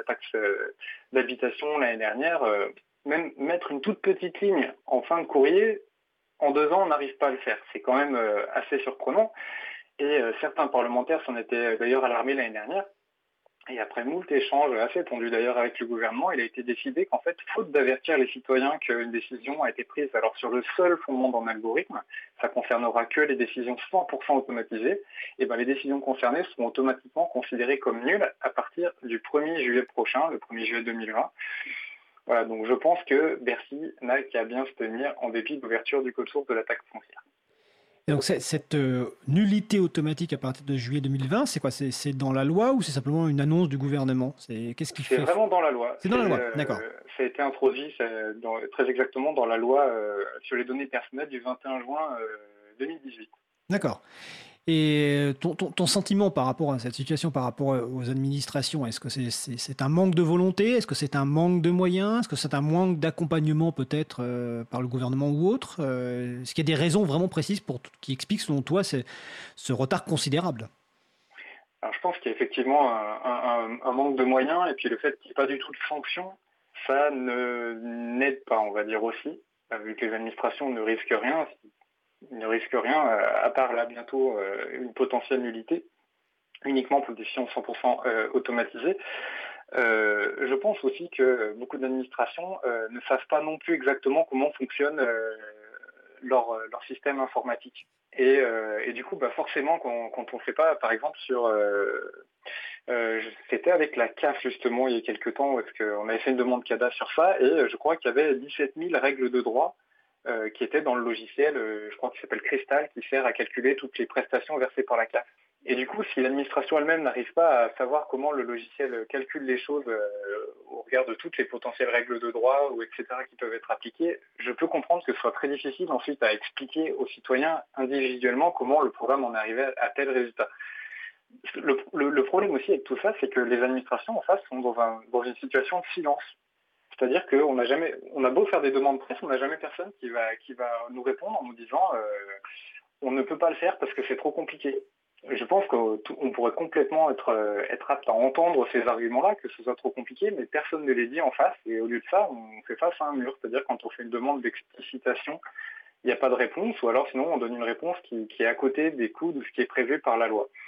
d'habitation l'année dernière, même mettre une toute petite ligne en fin de courrier, en 2 ans, on n'arrive pas à le faire. C'est quand même assez surprenant. Et certains parlementaires s'en étaient d'ailleurs alarmés l'année dernière. Et après moult échanges assez tendus d'ailleurs avec le gouvernement, il a été décidé qu'en fait, faute d'avertir les citoyens qu'une décision a été prise alors sur le seul fondement d'un algorithme, ça concernera que les décisions 100% automatisées, et ben les décisions concernées seront automatiquement considérées comme nulles à partir du 1er juillet prochain, le 1er juillet 2020. Voilà, donc je pense que Bercy n'a qu'à bien se tenir en dépit de l'ouverture du code source de la taxe foncière. Et donc cette nullité automatique à partir de juillet 2020, c'est quoi? C'est dans la loi ou c'est simplement une annonce du gouvernement? Qu'est-ce qui fait? C'est vraiment dans la loi. C'est dans la loi, d'accord. Ça a été introduit très exactement dans la loi sur les données personnelles du 21 juin 2018. D'accord. Et ton sentiment par rapport à cette situation, par rapport aux administrations, est-ce que c'est un manque de volonté? Est-ce que c'est un manque de moyens? Est-ce que c'est un manque d'accompagnement peut-être par le gouvernement ou autre? Est-ce qu'il y a des raisons vraiment précises qui expliquent selon toi ce retard considérable? Alors, je pense qu'il y a effectivement un manque de moyens et puis le fait qu'il n'y ait pas du tout de sanctions, ça n'aide pas, on va dire aussi, vu que les administrations ne risquent rien. Ils ne risquent rien, à part là bientôt une potentielle nullité, uniquement pour des décisions 100% automatisées. Je pense aussi que beaucoup d'administrations ne savent pas non plus exactement comment fonctionne leur système informatique. Et du coup, forcément, quand on ne sait pas, par exemple, c'était avec la CAF justement il y a quelques temps, parce qu'on avait fait une demande CADA sur ça, et je crois qu'il y avait 17 000 règles de droit qui était dans le logiciel, je crois qu'il s'appelle Crystal, qui sert à calculer toutes les prestations versées par la CAF. Et du coup, si l'administration elle-même n'arrive pas à savoir comment le logiciel calcule les choses au regard de toutes les potentielles règles de droit ou etc. qui peuvent être appliquées, je peux comprendre que ce soit très difficile ensuite à expliquer aux citoyens individuellement comment le programme en est arrivé à tel résultat. Le problème aussi avec tout ça, c'est que les administrations en face sont dans une situation de silence. C'est-à-dire qu'on a beau faire des demandes presse, on n'a jamais personne qui va nous répondre en nous disant on ne peut pas le faire parce que c'est trop compliqué. Je pense qu'on pourrait complètement être apte à entendre ces arguments-là, que ce soit trop compliqué, mais personne ne les dit en face, et au lieu de ça, on fait face à un mur. C'est-à-dire quand on fait une demande d'explicitation, il n'y a pas de réponse, ou alors sinon on donne une réponse qui est à côté des coûts de ce qui est prévu par la loi.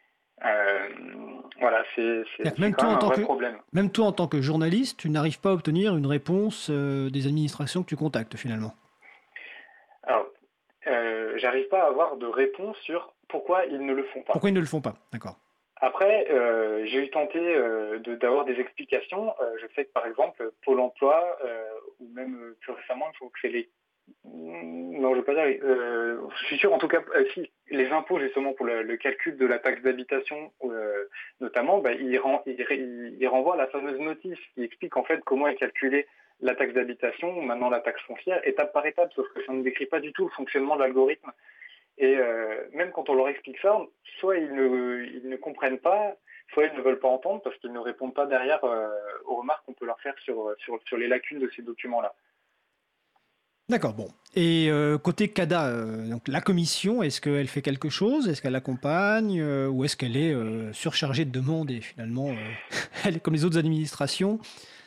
Voilà, c'est quand même un vrai problème. Même toi, en tant que journaliste, tu n'arrives pas à obtenir une réponse des administrations que tu contactes, finalement. Alors, j'arrive pas à avoir de réponse sur pourquoi ils ne le font pas. Pourquoi ils ne le font pas, d'accord. Après, j'ai eu tenté d'avoir des explications. Je sais que, par exemple, Pôle emploi, ou même plus récemment, il faut que c'est Non, je ne veux pas dire. Je suis sûr, en tout cas, si les impôts, justement, pour le calcul de la taxe d'habitation, notamment, il renvoie à la fameuse notice qui explique en fait comment est calculée la taxe d'habitation, maintenant la taxe foncière, étape par étape, sauf que ça ne décrit pas du tout le fonctionnement de l'algorithme. Et même quand on leur explique ça, soit ils ne comprennent pas, soit ils ne veulent pas entendre parce qu'ils ne répondent pas derrière aux remarques qu'on peut leur faire sur les lacunes de ces documents-là. D'accord, bon. Et côté CADA, donc la commission, est-ce qu'elle fait quelque chose? Est-ce qu'elle accompagne? Ou est-ce qu'elle est surchargée de demandes et finalement, elle est comme les autres administrations?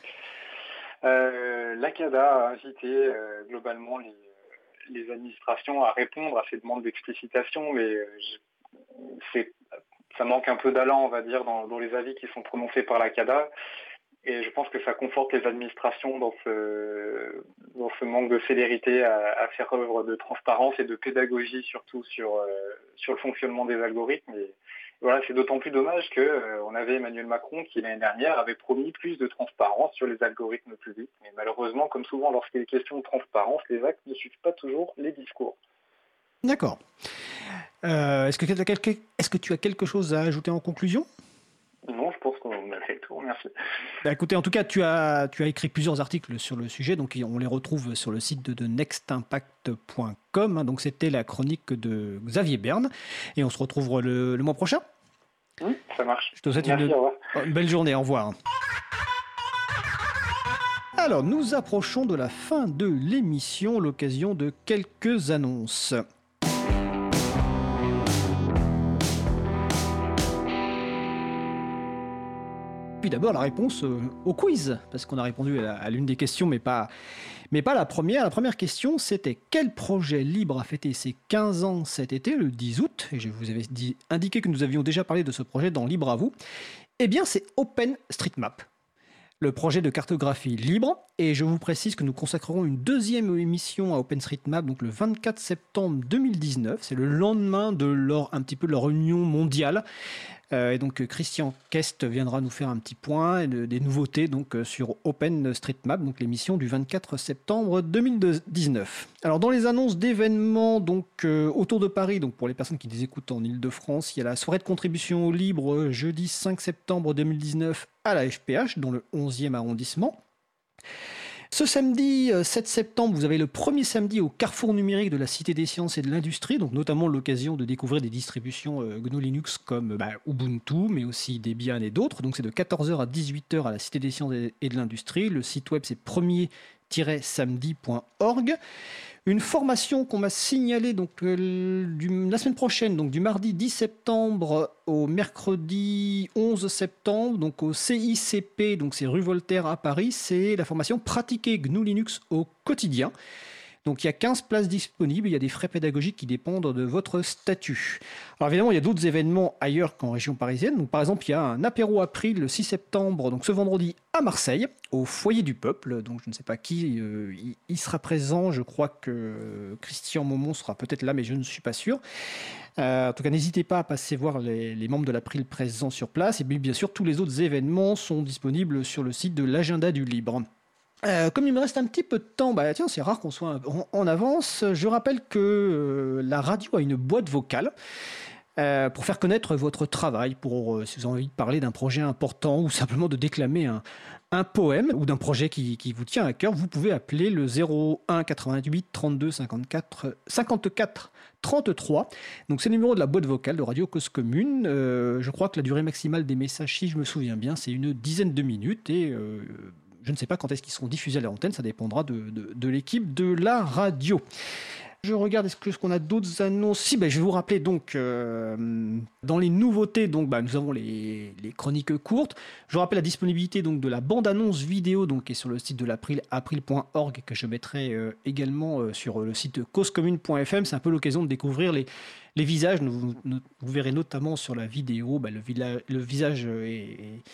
La CADA a invité globalement les administrations à répondre à ces demandes d'explicitation, mais ça manque un peu d'allant, on va dire, dans les avis qui sont prononcés par la CADA. Et je pense que ça conforte les administrations dans ce manque de célérité à faire œuvre de transparence et de pédagogie, surtout sur le fonctionnement des algorithmes. Et voilà, c'est d'autant plus dommage qu'on avait Emmanuel Macron qui, l'année dernière, avait promis plus de transparence sur les algorithmes publics. Mais malheureusement, comme souvent lorsqu'il est question de transparence, les actes ne suivent pas toujours les discours. D'accord. Est-ce que tu as quelque chose à ajouter en conclusion? Non, je pense qu'on a fait le tour, merci. Bah, écoutez, en tout cas, tu as écrit plusieurs articles sur le sujet, donc on les retrouve sur le site de nextimpact.com. Hein, donc c'était la chronique de Xavier Berne, et on se retrouve le mois prochain. Ça marche. Je te souhaite merci, une belle journée, au revoir. Alors, nous approchons de la fin de l'émission, l'occasion de quelques annonces. Puis d'abord la réponse au quiz, parce qu'on a répondu à l'une des questions, mais pas la première. La première question, c'était quel projet libre a fêté ses 15 ans cet été, le 10 août? Et je vous avais indiqué que nous avions déjà parlé de ce projet dans Libre à vous. Eh bien, c'est OpenStreetMap, le projet de cartographie libre. Et je vous précise que nous consacrerons une deuxième émission à OpenStreetMap, donc le 24 septembre 2019. C'est le lendemain de leur réunion mondiale. Et donc Christian Kest viendra nous faire un petit point des nouveautés donc, sur OpenStreetMap, donc l'émission du 24 septembre 2019. Alors dans les annonces d'événements donc, autour de Paris, donc pour les personnes qui les écoutent en Ile-de-France, il y a la soirée de contribution au libre jeudi 5 septembre 2019 à la FPH, dans le 11e arrondissement. Ce samedi 7 septembre, vous avez le premier samedi au carrefour numérique de la Cité des Sciences et de l'Industrie, donc notamment l'occasion de découvrir des distributions GNU Linux comme Ubuntu, mais aussi Debian et d'autres. Donc c'est de 14h à 18h à la Cité des Sciences et de l'Industrie. Le site web c'est premier-samedi.org. Une formation qu'on m'a signalée donc, la semaine prochaine, donc du mardi 10 septembre au mercredi 11 septembre, donc au CICP, donc c'est rue Voltaire à Paris, c'est la formation Pratiquer GNU Linux au quotidien. Donc il y a 15 places disponibles, il y a des frais pédagogiques qui dépendent de votre statut. Alors évidemment, il y a d'autres événements ailleurs qu'en région parisienne. Donc, par exemple, il y a un apéro April le 6 septembre, donc ce vendredi à Marseille, au Foyer du Peuple. Donc je ne sais pas qui y sera présent, je crois que Christian Momon sera peut-être là, mais je ne suis pas sûr. En tout cas, n'hésitez pas à passer voir les membres de l'April présents sur place. Et puis, bien sûr, tous les autres événements sont disponibles sur le site de l'Agenda du Libre. Comme il me reste un petit peu de temps, tiens, c'est rare qu'on soit en avance. Je rappelle que la radio a une boîte vocale pour faire connaître votre travail, pour si vous avez envie de parler d'un projet important ou simplement de déclamer un poème ou d'un projet qui vous tient à cœur. Vous pouvez appeler le 01 88 32 54 33. Donc c'est le numéro de la boîte vocale de Radio Cause Commune. Je crois que la durée maximale des messages, si je me souviens bien, c'est une dizaine de minutes et je ne sais pas quand est-ce qu'ils seront diffusés à l'antenne, ça dépendra de l'équipe de la radio. Je regarde, est-ce qu'on a d'autres annonces? Si, je vais vous rappeler donc, dans les nouveautés, donc, nous avons les chroniques courtes. Je vous rappelle la disponibilité donc, de la bande-annonce vidéo donc, qui est sur le site de l'April, april.org, que je mettrai également sur le site causecommune.fm. C'est un peu l'occasion de découvrir les visages. Vous verrez notamment sur la vidéo le visage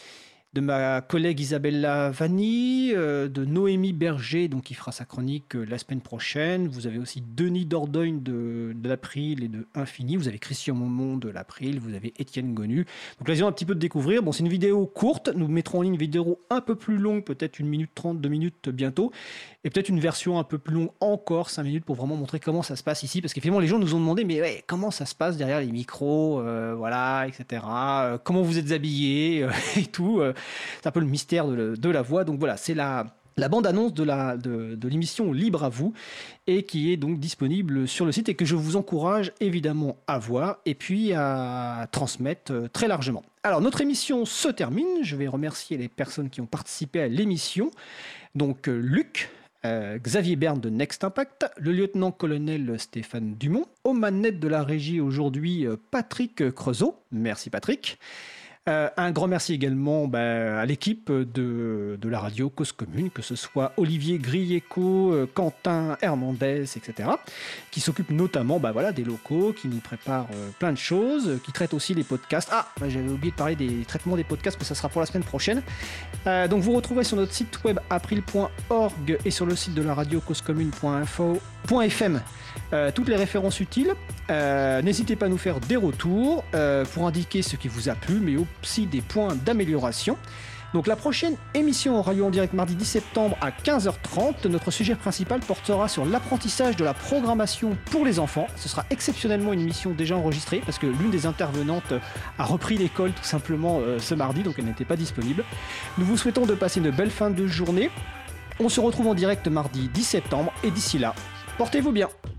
de ma collègue Isabella Vanni, de Noémie Berger, donc qui fera sa chronique la semaine prochaine. Vous avez aussi Denis Dordogne de l'April et de Infini. Vous avez Christian Momont de l'April. Vous avez Étienne Gonu. Donc là, ils ont un petit peu de découvrir. Bon, c'est une vidéo courte. Nous mettrons en ligne une vidéo un peu plus longue, peut-être 1 minute 30, 2 minutes bientôt. Et peut-être une version un peu plus longue encore, 5 minutes, pour vraiment montrer comment ça se passe ici. Parce qu'effectivement, les gens nous ont demandé, mais ouais, comment ça se passe derrière les micros, voilà, etc. Comment vous êtes habillés et tout. C'est un peu le mystère de la voix. Donc voilà, c'est la bande-annonce de l'émission Libre à vous, et qui est donc disponible sur le site et que je vous encourage évidemment à voir et puis à transmettre très largement. Alors, notre émission se termine. Je vais remercier les personnes qui ont participé à l'émission. Donc, Luc, Xavier Berne de Next Impact, le lieutenant-colonel Stéphane Dumont, aux manettes de la régie aujourd'hui, Patrick Creusot. Merci Patrick. Un grand merci également à l'équipe de la radio Cause Commune, que ce soit Olivier Grieco, Quentin Hernandez, etc., qui s'occupent notamment des locaux, qui nous préparent plein de choses, qui traitent aussi les podcasts. Ah, j'avais oublié de parler des traitements des podcasts, mais ça sera pour la semaine prochaine. Donc vous retrouverez sur notre site web april.org et sur le site de la radio causecommune.fm toutes les références utiles. N'hésitez pas à nous faire des retours pour indiquer ce qui vous a plu, mais aussi des points d'amélioration. Donc la prochaine émission aura lieu en direct mardi 10 septembre à 15h30. Notre sujet principal portera sur l'apprentissage de la programmation pour les enfants. Ce sera exceptionnellement une émission déjà enregistrée parce que l'une des intervenantes a repris l'école tout simplement ce mardi, donc elle n'était pas disponible. Nous vous souhaitons de passer une belle fin de journée. On se retrouve en direct mardi 10 septembre et d'ici là, portez-vous bien.